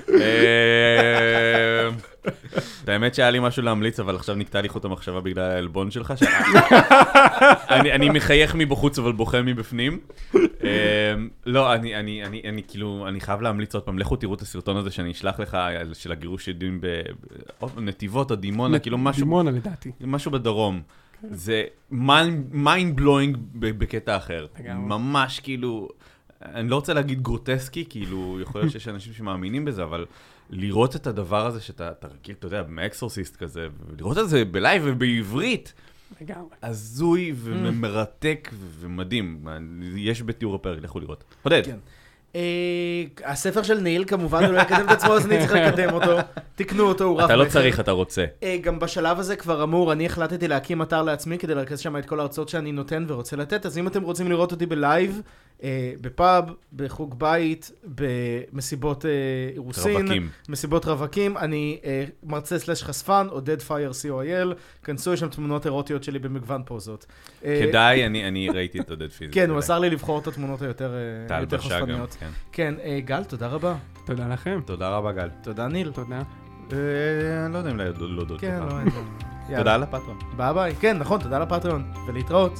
אה, את האמת שהיה לי משהו להמליץ, אבל עכשיו נקטע לי חוט המחשבה בגלל העלבון שלך. ש- אני אני מחייך מבחוץ, אבל בוכה מבפנים. אה, לא, אני אני- אני- אני כאילו, אני חייב להמליץ עוד פעם, לכו תראו את הסרטון הזה שאני אשלח לך, של הגירוש ידועים בנתיבות או דימונה, כאילו משהו... דימונה לדעתי. משהו בדרום. זה mind blowing בקטע אחר. לגמרי. ממש כאילו, אני לא רוצה להגיד גרוטסקי, כאילו, יכול להיות שיש אנשים שמאמינים בזה, אבל לראות את הדבר הזה שאתה אתה רגיל, אתה יודע, מאקסורסיסט כזה, ולראות את זה בלייב ובעברית, לגמרי. הזוי ומרתק ומדהים. יש בתיאור הפרק, לכו לראות. עודד. כן. אה, הספר של ניל, כמובן, הוא לא יקדם את עצמו, אז אני צריך לקדם אותו. תקנו אותו, הוא רב אתה לא מכר. צריך, אתה רוצה. אה, גם בשלב הזה כבר אמור, אני החלטתי להקים אתר לעצמי כדי לרכז שם את כל ההרצאות שאני נותן ורוצה לתת, אז אם אתם רוצים לראות אותי בלייב, אה, בפאב, בחוג בית, במסיבות אה, אירוסין, רווקים. מסיבות רווקים, אני אה, מרצה סלש חשפן, עודד פייר סי או איי אל, כנסו, יש שם תמונות אירוטיות שלי במגוון פוזות. אה, כדאי, אני אני ראיתי את עודד פיזית. כן, הוא עזר לי לבחור את התמונות היותר אה, טל יותר ברשה גם, חשפניות. כן. כן, אה, גל, תודה רבה. תודה לכם. תודה רבה, גל. תודה, ניל. תודה. אה, אני לא יודע אם להודות כן, לך. לא, אין דבר. יאללה. תודה על הפטרון. ביי ביי. כן, נכון, תודה לפטריון. ולהתראות.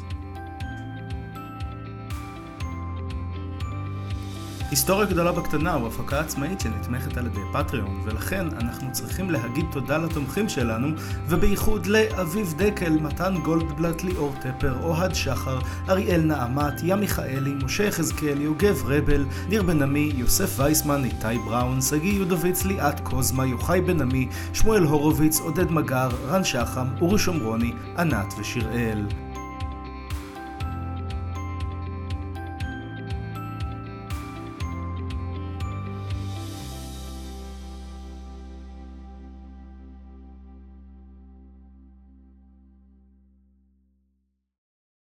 היסטוריה גדולה בקטנה הוא הפקה עצמאית שנתמכת על ידי פטריון, ולכן אנחנו צריכים להגיד תודה לתומכים שלנו, ובייחוד לאביב דקל, מתן גולדבלט, ליאור טפר, אוהד שחר, אריאל נעמת, ים מיכאלי, משה יחזקאל, יוגב רבל, ניר בן עמי, יוסף וייסמן, איתי בראון, סגי יודוביץ, ליאת קוזמה, יוחאי בן עמי, שמואל הורוביץ, עודד מגר, רן שחם, אורי שומרוני, ענת ושיראל.